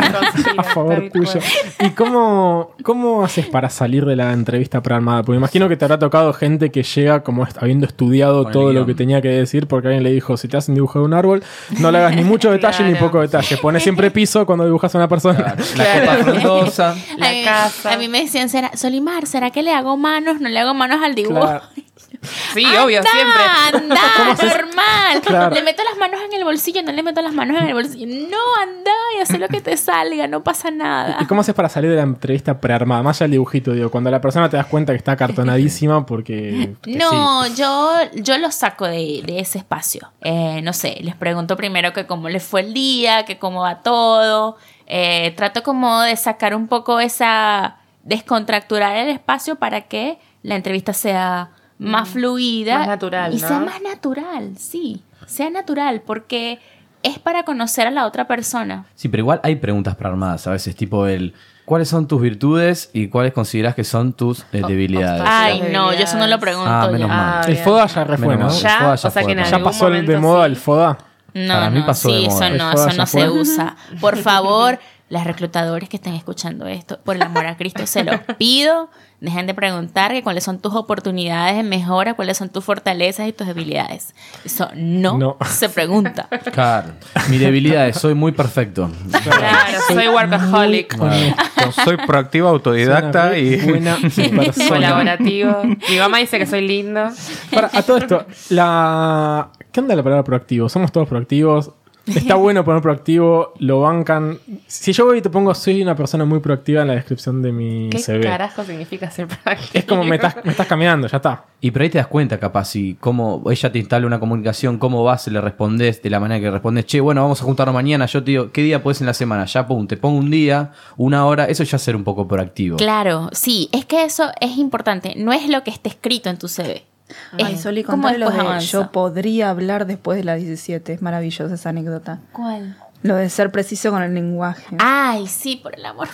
a favor tuyo. ¿Y cómo, cómo haces para salir de la entrevista prearmada? Porque imagino que te habrá tocado gente que llega como est- habiendo estudiado Con el todo lo guión. que tenía que decir porque alguien le dijo, si te hacen dibujar un árbol, no le hagas ni mucho detalle ni Claro. poco detalle. Pones siempre piso cuando dibujas a una persona. Claro, la Claro. copa frondosa. La a mí, casa. A mí me decían, ¿será, Solimar, ¿será que le hago manos? No le hago manos al dibujo. Claro. Sí, obvio, Anda, siempre. Anda, normal. Claro. Le meto las manos en el bolsillo, no le meto las manos en el bolsillo. No, anda y haz lo que te salga, no pasa nada. ¿Y cómo haces para salir de la entrevista prearmada? Más allá del dibujito, digo, cuando la persona te das cuenta que está acartonadísima porque... que No, sí. yo, yo los saco de, de ese espacio. Eh, no sé, les pregunto primero que cómo les fue el día, que cómo va todo. Eh, trato como de sacar un poco esa... descontracturar el espacio para que la entrevista sea más fluida. Más natural, Y ¿no? sea más natural, sí. Sea natural, porque es para conocer a la otra persona. Sí, pero igual hay preguntas prearmadas a veces, tipo el ¿cuáles son tus virtudes y cuáles consideras que son tus eh, debilidades? obstáculos. Ay, no, yo eso no lo pregunto Ah, ya. menos mal. Ah, El bien. FODA ya re fue, Menos ¿no? mal. Ya, El FODA o sea que en fue. Ya algún pasó el de momento moda sí. el FODA. No, Para mí no, pasó de sí, moda. eso El no, FODA eso ya no fue. se usa. Por favor, las reclutadores que estén escuchando esto, por el amor a Cristo, se los pido. Dejen de preguntar que cuáles son tus oportunidades de mejora, cuáles son tus fortalezas y tus debilidades. Eso no, No. se pregunta. Claro. Mi debilidad es soy muy perfecto. Claro, soy workaholic. Soy proactivo, autodidacta Suena y. re buena persona. Colaborativo. Mi mamá dice que soy lindo. Para, a todo esto, la... ¿qué onda la palabra proactivo? Somos todos proactivos. Está bueno poner proactivo, lo bancan. Si yo voy y te pongo soy una persona muy proactiva en la descripción de mi ¿Qué C V. carajo significa ser proactivo? Es como me estás, me estás caminando, ya está. Y por ahí te das cuenta, capaz, si cómo ella te instala una comunicación, cómo vas, le respondes de la manera que respondes. Che, bueno, vamos a juntarnos mañana. Yo te digo, ¿qué día puedes en la semana? Ya, pum, te pongo un día, una hora. Eso ya es ser un poco proactivo. Claro, sí, es que eso es importante. No es lo que esté escrito en tu C V. Ay, Es Soli, cómo contale lo después de avanza. yo podría hablar después de las diecisiete. Es maravillosa esa anécdota. ¿Cuál? Lo de ser preciso con el lenguaje. Ay, sí, por el amor.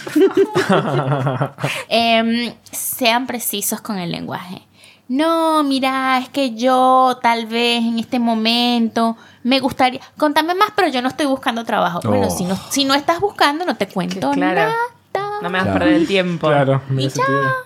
Em, sean precisos con el lenguaje. No, mira, es que yo tal vez en este momento me gustaría... Contame más, pero yo no estoy buscando trabajo. Bueno, Oh. si no, si no estás buscando, no te cuento Claro. nada. No me vas a Claro. perder el tiempo. Claro, me Y hace ya. sentido.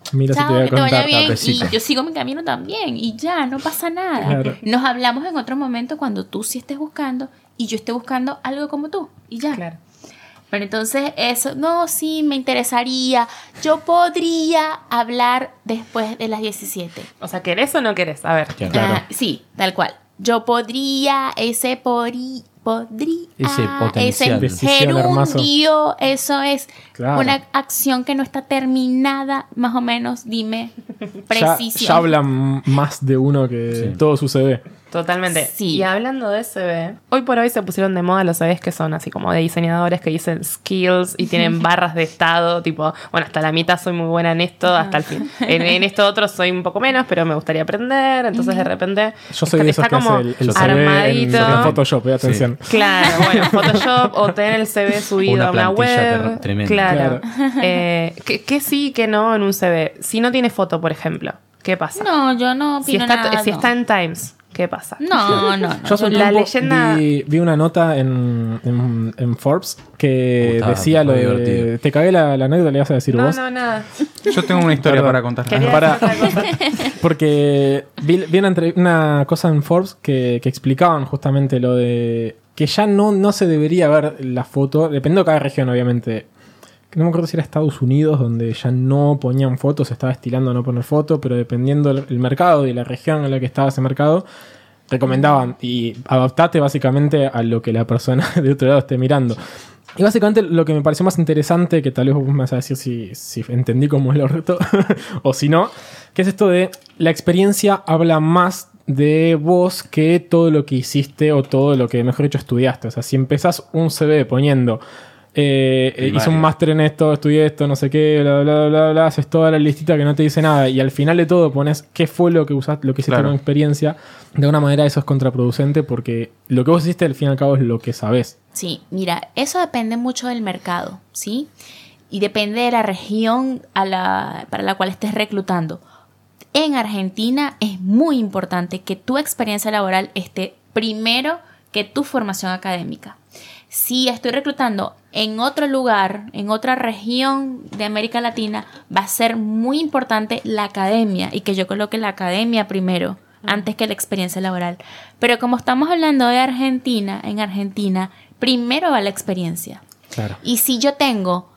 Mira si te chao, voy a que te vaya contar. bien. Y besito. yo sigo mi camino también. Y ya, no pasa nada. Claro. Nos hablamos en otro momento cuando tú sí estés buscando y yo esté buscando algo como tú. Y ya. Claro. Pero entonces eso, no, sí, me interesaría. Yo podría hablar después de las diecisiete. O sea, ¿querés o no querés? A ver. Claro. Ah, sí, tal cual. Yo podría, ese podrí, podría, Ese potencial. ese Decisión, hermoso. gerundio, eso es Claro. una acción que no está terminada, más o menos, dime, Ya, precisión. ya hablan más de uno que Sí. todo su C V. Totalmente. Sí. Y hablando de C V, hoy por hoy se pusieron de moda los C Vs que son así como de diseñadores que dicen skills y tienen barras de estado, tipo, bueno, hasta la mitad soy muy buena en esto, hasta el fin. En, en esto otro soy un poco menos, pero me gustaría aprender. Entonces de repente Yo soy de esos está que hace el, el C V en, armadito. en Photoshop, eh, atención. Claro, bueno, Photoshop o tener el C V subido Una a una plantilla web. ter- tremenda. Claro. Eh, que, que sí, que no en un C V. Si no tiene foto, por ejemplo, ¿qué pasa? No, yo no si opino está, nada. si no. está en Times, ¿qué pasa? No, no, no. Yo hace un La tiempo leyenda- vi, vi una nota en, en, en Forbes que Puta, decía lo fue de... divertido. Te cagué la, la anécdota, le vas a decir No, vos. no, nada. Yo tengo una historia Perdón. para contar. Quería Para- decir otra cosa. Porque vi, vi una, entre- una cosa en Forbes que, que explicaban justamente lo de que ya no, no se debería ver la foto, dependiendo de cada región, obviamente. No me acuerdo si era Estados Unidos, donde ya no ponían fotos, se estaba estilando a no poner foto, pero dependiendo el, el mercado y la región en la que estaba ese mercado, recomendaban y adaptate básicamente a lo que la persona de otro lado esté mirando. Y básicamente lo que me pareció más interesante, que tal vez vos me vas a decir si, si entendí cómo es lo reto o si no, que es esto de la experiencia habla más de vos que todo lo que hiciste o todo lo que, mejor dicho, estudiaste. O sea, si empezás un C V poniendo eh, eh, hice un máster en esto, estudié esto, no sé qué, bla, bla, bla, bla, haces toda la listita que no te dice nada y al final de todo pones qué fue lo que usaste, lo que hiciste Claro. como experiencia, de alguna manera eso es contraproducente porque lo que vos hiciste al fin y al cabo es lo que sabés. Sí, mira, eso depende mucho del mercado, ¿sí? Y depende de la región a la, para la cual estés reclutando. En Argentina es muy importante que tu experiencia laboral esté primero que tu formación académica. Si estoy reclutando en otro lugar, en otra región de América Latina, va a ser muy importante la academia y que yo coloque la academia primero, antes que la experiencia laboral. Pero como estamos hablando de Argentina, en Argentina, primero va la experiencia. Claro. Y si yo tengo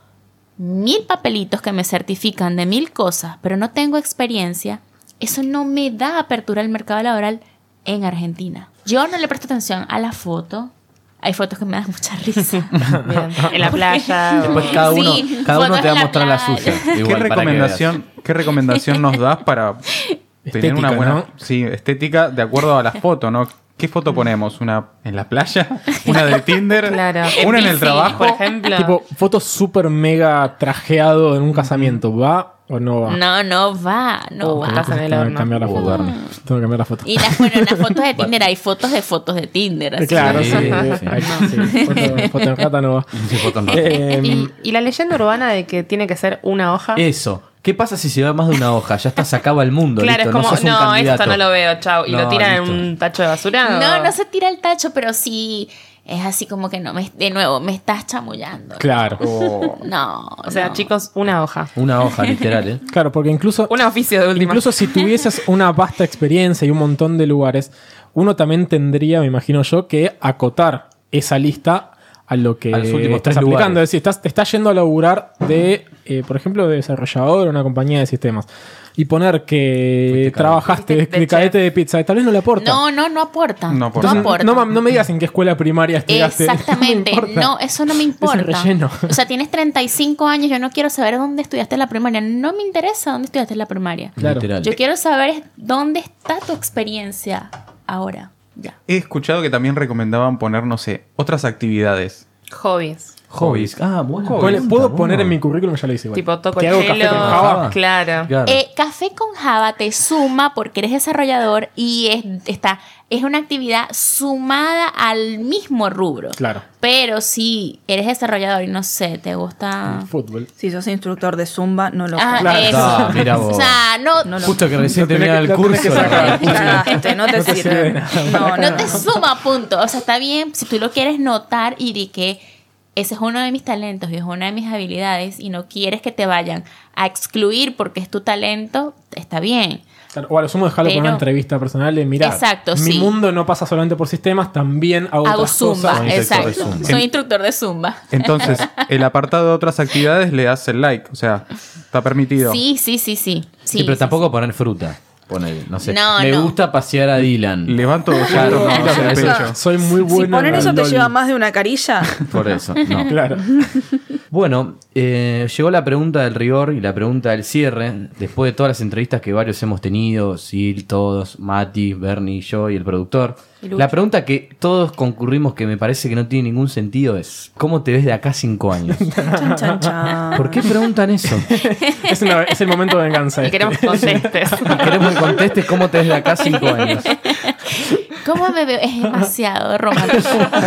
mil papelitos que me certifican de mil cosas, pero no tengo experiencia, eso no me da apertura al mercado laboral en Argentina. Yo no le presto atención a la foto. Hay fotos que me dan mucha risa. Bien. En la playa. Después cada uno, Sí, cada uno fotos te va en a la mostrar la playa. suya. ¿Qué igual, para que recomendación, ¿Qué recomendación nos das para tener Estética, una buena ¿no? sí, estética de acuerdo a la foto, ¿no? ¿Qué foto ponemos? ¿Una en la playa? ¿Una de Tinder? Claro. ¿Una en el bici, trabajo? por ejemplo. Tipo, foto súper mega trajeado en un casamiento, ¿va o no va? No, no va, no Uh, va. estás en el Tengo que horno. cambiar la Uh, foto. Bernie. Tengo que cambiar la foto. Y las, bueno, en las fotos de Tinder hay fotos de fotos de Tinder. así. Claro, Sí, sí. sí. Ay, sí. Foto, foto en rata no va. Sí, foto en rojo. Eh, y, y la leyenda urbana de que tiene que ser una hoja. Eso. ¿Qué pasa si se va más de una hoja? Ya está, se acaba el mundo. Claro, listo, es como, sos un no, candidato. esto no lo veo, chao. Y No, lo tiran en listo. un tacho de basura. No, ¿o? no se tira el tacho, pero sí es así como que no, me, de nuevo, me estás chamullando. claro. No. O sea, no. chicos, una hoja. Una hoja, literal, ¿eh? Claro, porque incluso, Un oficio de última. incluso si tuvieses una vasta experiencia y un montón de lugares, uno también tendría, me imagino yo, que acotar esa lista a lo que A los últimos estás tres aplicando. lugares. Es decir, estás, te estás yendo a laburar de, eh, por ejemplo, de desarrollador en una compañía de sistemas. Y poner que Fuiste trabajaste de, cadete. de cadete de pizza, tal vez no le aporta. No, no, no aporta. No aporta. No Entonces, aporta. no, ma- no me digas en qué escuela primaria estudiaste. Exactamente, No me importa. no, eso no me importa. Es el relleno. O sea, tienes treinta y cinco años, yo no quiero saber dónde estudiaste la primaria. No me interesa dónde estudiaste la primaria. Claro. Literal. Yo quiero saber es dónde está tu experiencia ahora. Ya. He escuchado que también recomendaban poner, no sé, otras actividades. Hobbies. Hobbies. Ah, bueno. Ponle- Puedo poner en mi currículum, ya lo hice igual. Tipo, toco que hago café chelo. con Java. Claro. Claro. Eh, café con Java te suma porque eres desarrollador y es, está, es una actividad sumada al mismo rubro. Claro. Pero si eres desarrollador y no sé, te gusta... Fútbol. Si sos instructor de Zumba, no lo Ah, Claro. eso. Ah, mira vos. O sea, no, No lo- Justo que recién Lo tenés terminaba que- el lo tenés curso. que sacar. la verdad. Cagaste, no te No te sirve sirve. nada. No, no, no no. te suma punto. O sea, está bien si tú lo quieres notar y di que ese es uno de mis talentos y es una de mis habilidades y no quieres que te vayan a excluir porque es tu talento, está bien. Claro, o a lo sumo dejarlo Pero- con una entrevista personal de mirar. Exacto, mi sí. mundo no pasa solamente por sistemas, también hago, Hago otras zumba, cosas. instructor de exacto. zumba. Soy instructor de zumba. Entonces, el apartado de otras actividades le das el like. O sea, está permitido. Sí, sí, sí, sí. Sí, Sí, pero sí, tampoco poner fruta. Ponele, no sé. No, Me no. gusta pasear a Dylan. Levanto Claro, dos no, kilos o sea, del eso- pecho. Soy muy Si bueno. poner en eso te LOL. lleva más de una carilla. Por eso, no. Claro. Bueno, eh, llegó la pregunta del rigor y la pregunta del cierre. Después de todas las entrevistas que varios hemos tenido, Sil, todos, Mati, Bernie, yo y el productor. Y Lucho. La pregunta que todos concurrimos, que me parece que no tiene ningún sentido, es: ¿cómo te ves de acá a cinco años? Chan, chan, chan. ¿Por qué preguntan eso? es, una- es el momento de venganza. Y este. queremos que contestes. Y queremos que contestes cómo te ves de acá a cinco años. ¿Cómo me veo? Es demasiado romántico.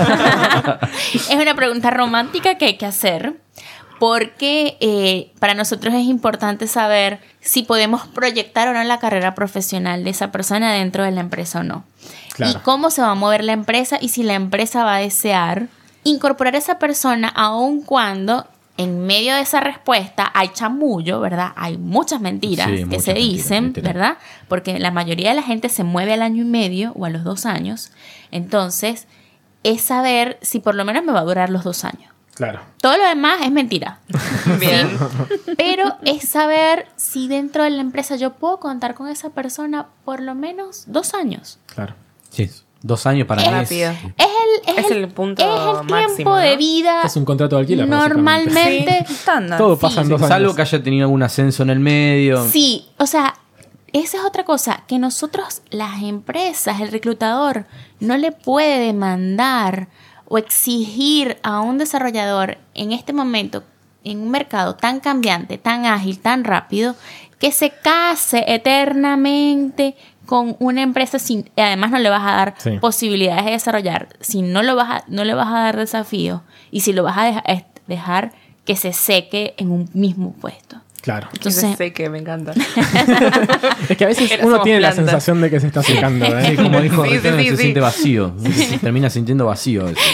Es una pregunta romántica que hay que hacer porque eh, para nosotros es importante saber si podemos proyectar o no la carrera profesional de esa persona dentro de la empresa o no. Claro. Y cómo se va a mover la empresa y si la empresa va a desear incorporar a esa persona aun cuando en medio de esa respuesta hay chamullo, ¿verdad? Hay muchas mentiras Sí, que muchas se mentiras, dicen, literal. ¿verdad? Porque la mayoría de la gente se mueve al año y medio o a los dos años. Entonces, es saber si por lo menos me va a durar los dos años. Claro. Todo lo demás es mentira. Bien. Pero es saber si dentro de la empresa yo puedo contar con esa persona por lo menos dos años. Claro. Sí, dos años para mí es- Rápido. Es el, es Es el, el punto es el máximo, tiempo de ¿no? vida Es un contrato de alquiler. normalmente. Estándar. Todo pasa en dos años. Salvo que haya tenido algún ascenso en el medio. Sí, o sea, esa es otra cosa, que nosotros, las empresas, el reclutador, no le puede demandar o exigir a un desarrollador en este momento, en un mercado tan cambiante, tan ágil, tan rápido, que se case eternamente con una empresa sin, y además no le vas a dar Sí. posibilidades de desarrollar, si no, lo vas a, no le vas a dar desafío y si lo vas a deja- es- dejar que se seque en un mismo puesto. Claro. Entonces, Sé que me encanta. Es que a veces Era- uno somos tiene la plantas. sensación de que se está secando. ¿eh? Sí, como dijo Sí, sí, Ricardo, sí, se sí. siente vacío. Se termina sintiendo vacío eso.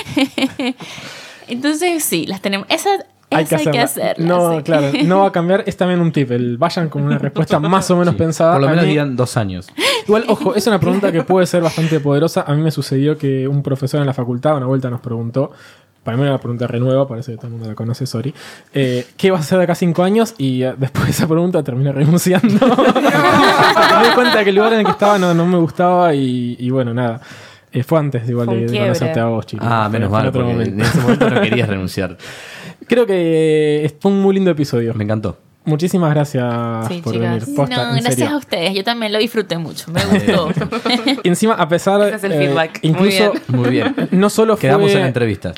entonces sí, las tenemos. Esa, Hay esa que hay que hacerla. hacerla. No, sí. claro, no va a cambiar. Es también un tip. El vayan con una respuesta más o menos pensada. Por lo A menos mí- digan dos años. Igual, ojo, es una pregunta que puede ser bastante poderosa. A mí me sucedió que un profesor en la facultad una vuelta nos preguntó, para mí era una pregunta renueva, parece que todo el mundo la conoce, sorry, eh, ¿qué vas a hacer de acá a cinco años? Y eh, después de esa pregunta terminé renunciando. Me di cuenta que el lugar en el que estaba no, no me gustaba y, y bueno, nada. Eh, fue antes igual Fue un de, de quiebre. conocerte a vos, chicos. Ah, Fue- menos fue en mal, otro porque momento. en ese momento no querías renunciar. Creo que eh, fue un muy lindo episodio. Me encantó. Muchísimas gracias Sí, por chicas. venir. Posta, No, en gracias serio. a ustedes. Yo también lo disfruté mucho. Me gustó. Y encima, a pesar Ese es el eh, feedback. Muy incluso bien. Muy bien. no solo fue Quedamos en la entrevista.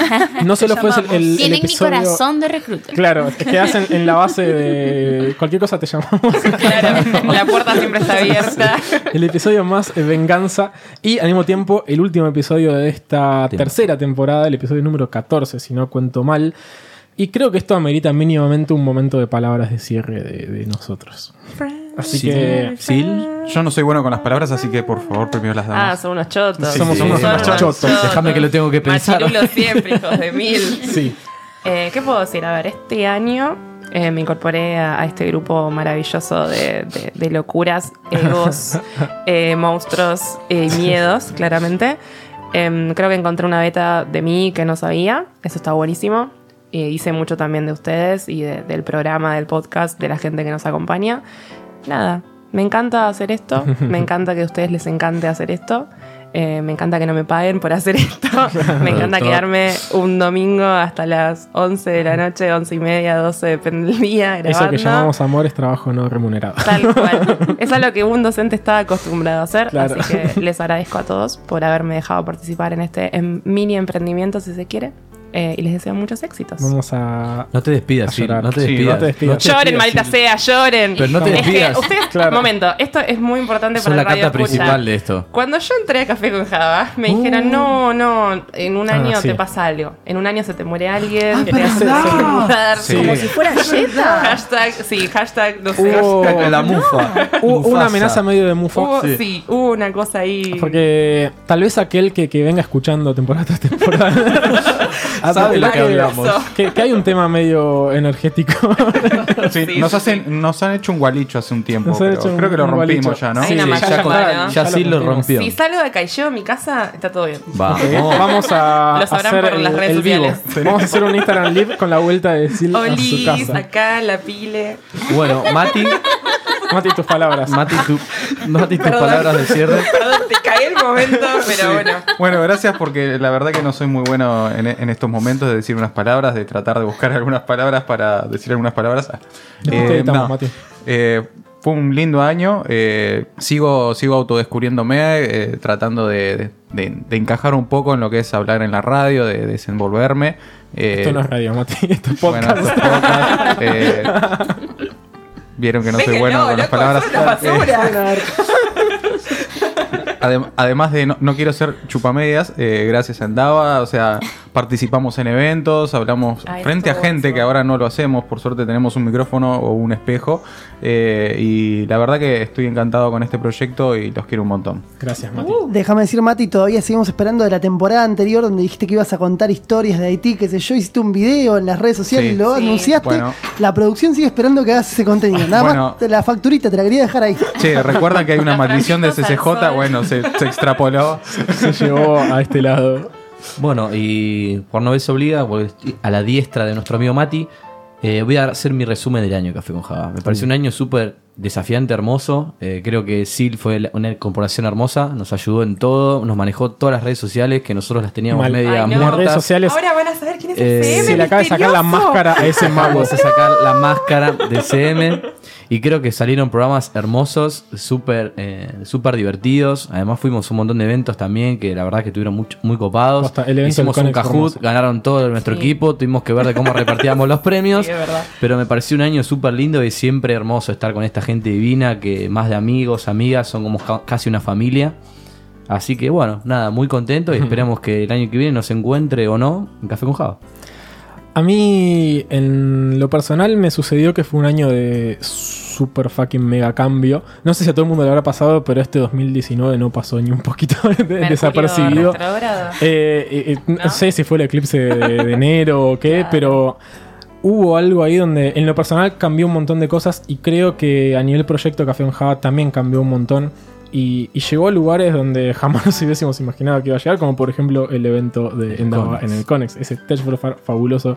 no solo fue el, el- el Tienen mi episodio corazón de recruiter. claro, es que hacen en la base de cualquier cosa te llamamos. Claro, la puerta siempre está abierta. El episodio más eh, venganza y al mismo tiempo el último episodio de esta Tem- tercera temporada, el episodio número catorce, si no cuento mal. Y creo que esto amerita mínimamente un momento de palabras de cierre de, de nosotros. Así Sí. que Sil, Yo no soy bueno con las palabras, así que por favor, primero las Ah, damas. son unos chotos. Sí, somos Son unos chotos. Déjame que lo tengo que pensar. Machirulos siempre, hijos de mil. sí. Eh, ¿Qué puedo decir? A ver, este año eh, me incorporé a, a este grupo maravilloso de, de- de locuras, egos, eh, monstruos y miedos, claramente. Em, creo que encontré una beta de mí que no sabía. Eso está buenísimo. Eh, hice mucho también de ustedes y de- del programa, del podcast, de la gente que nos acompaña. Nada, me encanta hacer esto. Me encanta que a ustedes les encante hacer esto. Eh, me encanta que no me paguen por hacer esto. Me encanta Productor. quedarme un domingo hasta las once de la noche, once y media, doce, depende del día, grabando. Eso que llamamos amor es trabajo no remunerado. Tal cual. Es a lo que un docente está acostumbrado a hacer. Claro. Así que les agradezco a todos por haberme dejado participar en este em, mini emprendimiento, si se quiere. Eh, y les deseo muchos éxitos. Vamos a no te despidas, A Sil. llorar. No te Sí, despidas. no te despidas. te Lloren, despidas, maldita Sil. sea, lloren. Pero no te Es que despidas. ustedes, Claro. momento, esto es muy importante Son para la el radio carta escucha. principal de esto. Cuando yo entré a Café con Java, me dijeron, Uh. no, no, en un Ah, año sí. te pasa algo. En un año se te muere alguien. Ah, te vas a ¿verdad? tener que mudar. Sí. Como si fuera Jetta. Hashtag, sí, hashtag, no sé. Hubo- La mufa. Hubo una Mufasa. amenaza medio de mufa. Hubo, sí. hubo una cosa ahí. Porque tal vez aquel que, que venga escuchando temporada tras temporada ¿Sabe lo que hablamos? Que, que hay un tema medio energético. Sí, Sí, nos, sí, hacen, nos han hecho un gualicho hace un tiempo, Nos han pero hecho un- creo que lo un rompimos gualicho. ya, ¿no? Hay Sí, una ya, malla con- rara. ya Ya lo sí lo rompimos. rompió. Si salgo de Cayó, mi casa, está todo bien. Vamos. Ok, Vamos a Lo sabrán hacer por las el, redes el vivo. sociales. Vamos a hacer un Instagram Live con la vuelta de Sil a su Olis, casa. acá, la pile. Bueno, Mati, Mati, tus palabras. Mati, tu- Mati tus Perdón. palabras de cierre. Perdón, te caí el momento, pero bueno. Bueno, gracias porque la verdad que no soy muy bueno en, en estos momentos de decir unas palabras, de tratar de buscar algunas palabras para decir algunas palabras. Después te editamos, Mati. eh, fue un lindo año. eh, sigo, sigo autodescubriéndome, eh, tratando de, de- de encajar un poco en lo que es hablar en la radio, de desenvolverme. eh, Esto no es radio, Mati. Esto es bueno, podcast. estos podcasts, eh, vieron que no soy bueno no, con las loco, palabras. sos una basura. Adem- además de no, no quiero ser chupamedias, eh, gracias a Endava, o sea, participamos en eventos, hablamos Ay, frente a todo gente eso. que ahora no lo hacemos, por suerte tenemos un micrófono o un espejo, eh, y la verdad que estoy encantado con este proyecto y los quiero un montón. Gracias, Mati. Déjame decir, Mati, todavía seguimos esperando de la temporada anterior donde dijiste que ibas a contar historias de Haití, qué sé yo, hiciste un video en las redes sociales, Sí. lo Sí. anunciaste. Bueno. La producción sigue esperando que hagas ese contenido. Nada Bueno. más la facturita te la quería dejar ahí. Che, recuerdan que hay una La maldición de Francisco C C J, Sansón. bueno, se, se extrapoló. Se llevó a este lado. Bueno, y por no verse obliga, porque estoy a la diestra de nuestro amigo Mati, eh, voy a hacer mi resumen del año de Café con Java. Me pareció un año súper desafiante, hermoso. Eh, creo que Sil fue la- una corporación hermosa, nos ayudó en todo, nos manejó todas las redes sociales que nosotros las teníamos Mal. media Ay, no. Las redes muertas. sociales. Ahora van a saber quién es Eh, el C M. Se le acaba de sacar la misterioso. máscara a ese mago. Vamos a sacar la máscara de C M. Y creo que salieron programas hermosos, súper eh, súper divertidos. Además fuimos a un montón de eventos también que la verdad que estuvieron mucho, muy copados. Posta, el evento Hicimos del un Conex fue Kahoot, hermoso. ganaron todo nuestro Sí. equipo. Tuvimos que ver de cómo repartíamos los premios. Sí, es verdad. Pero me pareció un año súper lindo y siempre hermoso estar con esta gente divina que más de amigos, amigas, son como ca- casi una familia. Así que bueno, nada, muy contento y esperemos que el año que viene nos encuentre o no en Café con Java. A mí, en lo personal, me sucedió que fue un año de super fucking mega cambio. No sé si a todo el mundo le habrá pasado, pero este dos mil diecinueve no pasó ni un poquito de- Mercurio desapercibido. retrógrado. Eh, eh, eh, no ¿No? sé si fue el eclipse de, de enero o qué, Claro. pero hubo algo ahí donde en lo personal cambió un montón de cosas y creo que a nivel proyecto Café con Java también cambió un montón. Y, y llegó a lugares donde jamás nos hubiésemos imaginado que iba a llegar, como por ejemplo el evento de Endava en el Conex, ese Tech for Far fabuloso,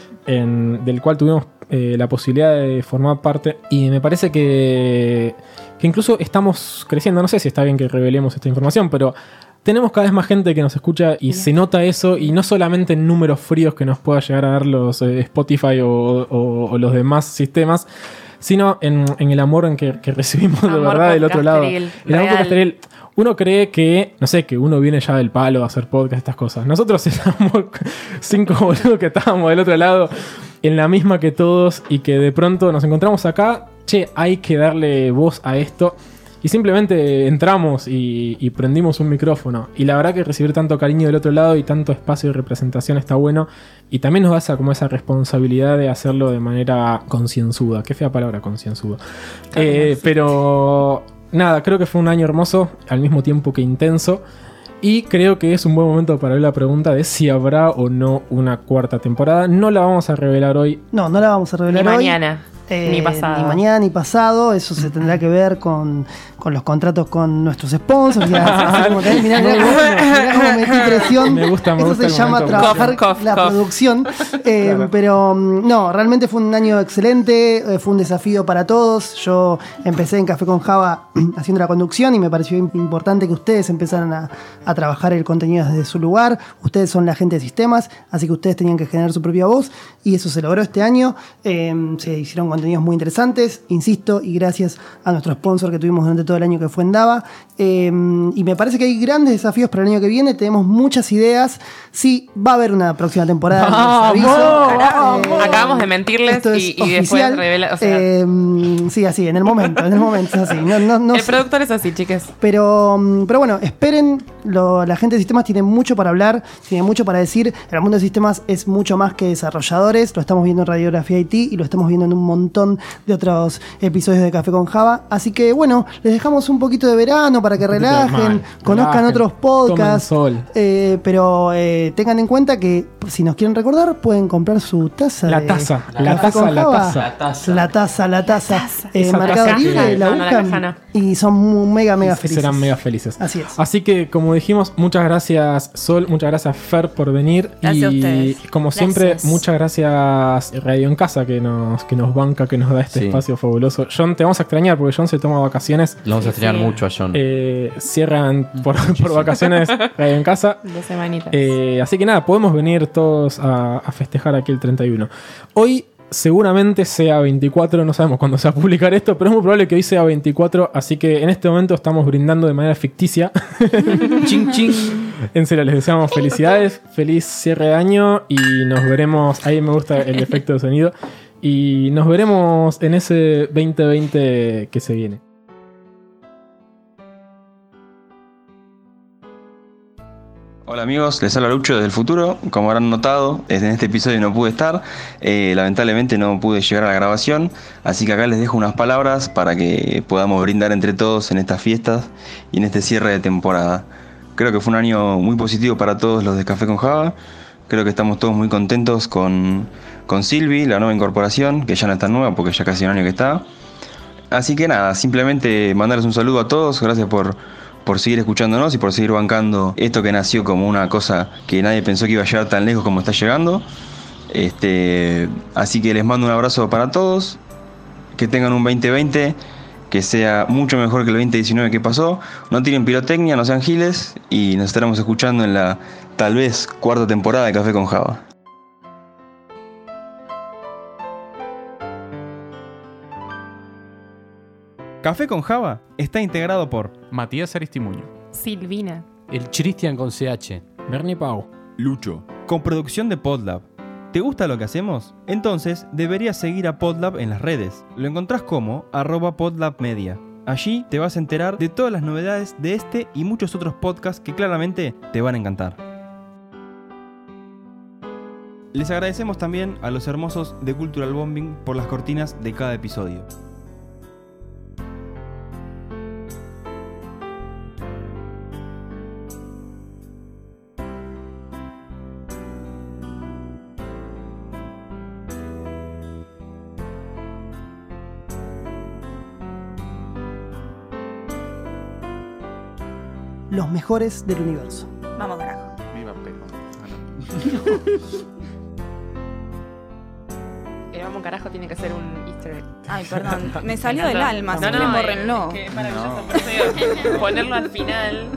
en- del cual tuvimos eh, la posibilidad de formar parte. Y me parece que, que incluso estamos creciendo. No sé si está bien que revelemos esta información, pero tenemos cada vez más gente que nos escucha y se nota eso. Y no solamente en números fríos que nos pueda llegar a dar los eh, Spotify o, o- o los demás sistemas, sino en, en el amor en que, que recibimos de Amor verdad del otro lado. podcasteril, El amor real. podcasteril. Uno cree que, no sé, que uno viene ya del palo a hacer podcast, estas cosas. Nosotros éramos cinco boludos que estábamos del otro lado en la misma que todos y que de pronto nos encontramos acá. Che, hay que darle voz a esto. Y simplemente entramos y, y prendimos un micrófono. Y la verdad que recibir tanto cariño del otro lado y tanto espacio y representación está bueno. Y también nos da esa, como esa responsabilidad de hacerlo de manera concienzuda. Qué fea palabra, concienzuda. Eh, pero nada, creo que fue un año hermoso, al mismo tiempo que intenso. Y creo que es un buen momento para ver la pregunta de si habrá o no una cuarta temporada. No la vamos a revelar hoy. No, no la vamos a Ni revelar hoy. mañana, Eh, ni pasado. Ni mañana ni pasado. Eso se tendrá que ver con, con los contratos con nuestros sponsors. Ya, así como tenés, mirá, mirá cómo, mirá cómo metí presión. Me gusta, me Eso gusta se el llama momento. trabajar Cough, cough, la cough. producción. Eh, Claro. Pero mm, no, realmente fue un año excelente. eh, Fue un desafío para todos. Yo empecé en Café con Java haciendo la conducción y me pareció im- importante que ustedes empezaran a, a trabajar el contenido desde su lugar. Ustedes son la gente de sistemas, así que ustedes tenían que generar su propia voz y eso se logró este año. Eh, se hicieron contenidos muy interesantes, insisto, y gracias a nuestro sponsor que tuvimos durante todo el año que fue Endava. Eh, y me parece que hay grandes desafíos para el año que viene. Tenemos muchas ideas. Sí, va a haber una próxima temporada. les aviso. Carajo, Eh, acabamos Tratamos de mentirles esto es y, y oficial. después revela. O sea, Eh, sí, así, en el momento, en el momento es así. No, no, no el sé. productor es así, chiques. Pero, mm, pero bueno, esperen, lo- la gente de sistemas tiene mucho para hablar, tiene mucho para decir. El mundo de sistemas es mucho más que desarrolladores, lo estamos viendo en Radiografía I T y lo estamos viendo en un montón de otros episodios de Café con Java. Así que bueno, les dejamos un poquito de verano para que Un poquito de relajen, mal. conozcan Relajen, otros podcasts. tomen sol. eh, pero eh, tengan en cuenta que si nos quieren recordar, pueden comprar su taza. La de taza, Café la con taza, la Java. taza. La taza. La taza, la taza. Eh, Esa Mercado taza Libre, que- la no, no, la buscan caja no. y son muy- mega, mega felices. Serán mega felices. Así es. Así que, como dijimos, muchas gracias Sol, muchas gracias Fer por venir. Gracias y a ustedes. como siempre, Gracias. muchas gracias Radio en Casa que nos, que nos banca, que nos da este Sí. espacio fabuloso. John, te vamos a extrañar porque John se toma vacaciones. Lo vamos a extrañar Sí. mucho a John. Eh, cierran por, por vacaciones Radio en Casa. Dos semanitas. Eh, así que nada, podemos venir todos a, a festejar aquí el treinta y uno. Hoy seguramente sea veinticuatro, no sabemos cuándo se va a publicar esto, pero es muy probable que hoy sea veinticuatro, así que en este momento estamos brindando de manera ficticia. Ching, ching. En serio, les deseamos felicidades, feliz cierre de año y nos veremos, ahí me gusta el efecto de sonido, y nos veremos en ese veinte veinte que se viene. Hola amigos, les habla Lucho desde el futuro. Como habrán notado, en este episodio no pude estar, eh, lamentablemente no pude llegar a la grabación, así que acá les dejo unas palabras para que podamos brindar entre todos en estas fiestas y en este cierre de temporada. Creo que fue un año muy positivo para todos los de Café con Java. Creo que estamos todos muy contentos con, con Silvi, la nueva incorporación, que ya no es tan nueva porque ya casi un año que está. Así que nada, simplemente mandarles un saludo a todos, gracias por... por seguir escuchándonos y por seguir bancando esto que nació como una cosa que nadie pensó que iba a llegar tan lejos como está llegando. Este, así que les mando un abrazo para todos, que tengan un veinte veinte que sea mucho mejor que el veinte diecinueve que pasó. No tiren pirotecnia, no sean giles y nos estaremos escuchando en la tal vez cuarta temporada de Café con Java. Café con Java está integrado por Matías Aristimuño. Silvina. El Christian con C H. Bernie Pau. Lucho, con producción de Podlab. ¿Te gusta lo que hacemos? Entonces deberías seguir a Podlab en las redes. Lo encontrás como arroba podlabmedia. Allí te vas a enterar de todas las novedades de este y muchos otros podcasts que claramente te van a encantar. Les agradecemos también a los hermosos de Cultural Bombing por las cortinas de cada episodio. Los mejores del universo. Vamos, carajo. Viva Perón. El vamos carajo tiene que ser un easter egg. Ay, perdón. Me salió del encantó. alma. No, Si no, quieren, eh, bórrenlo. es que es maravilloso. Por eso digo, ponerlo al final.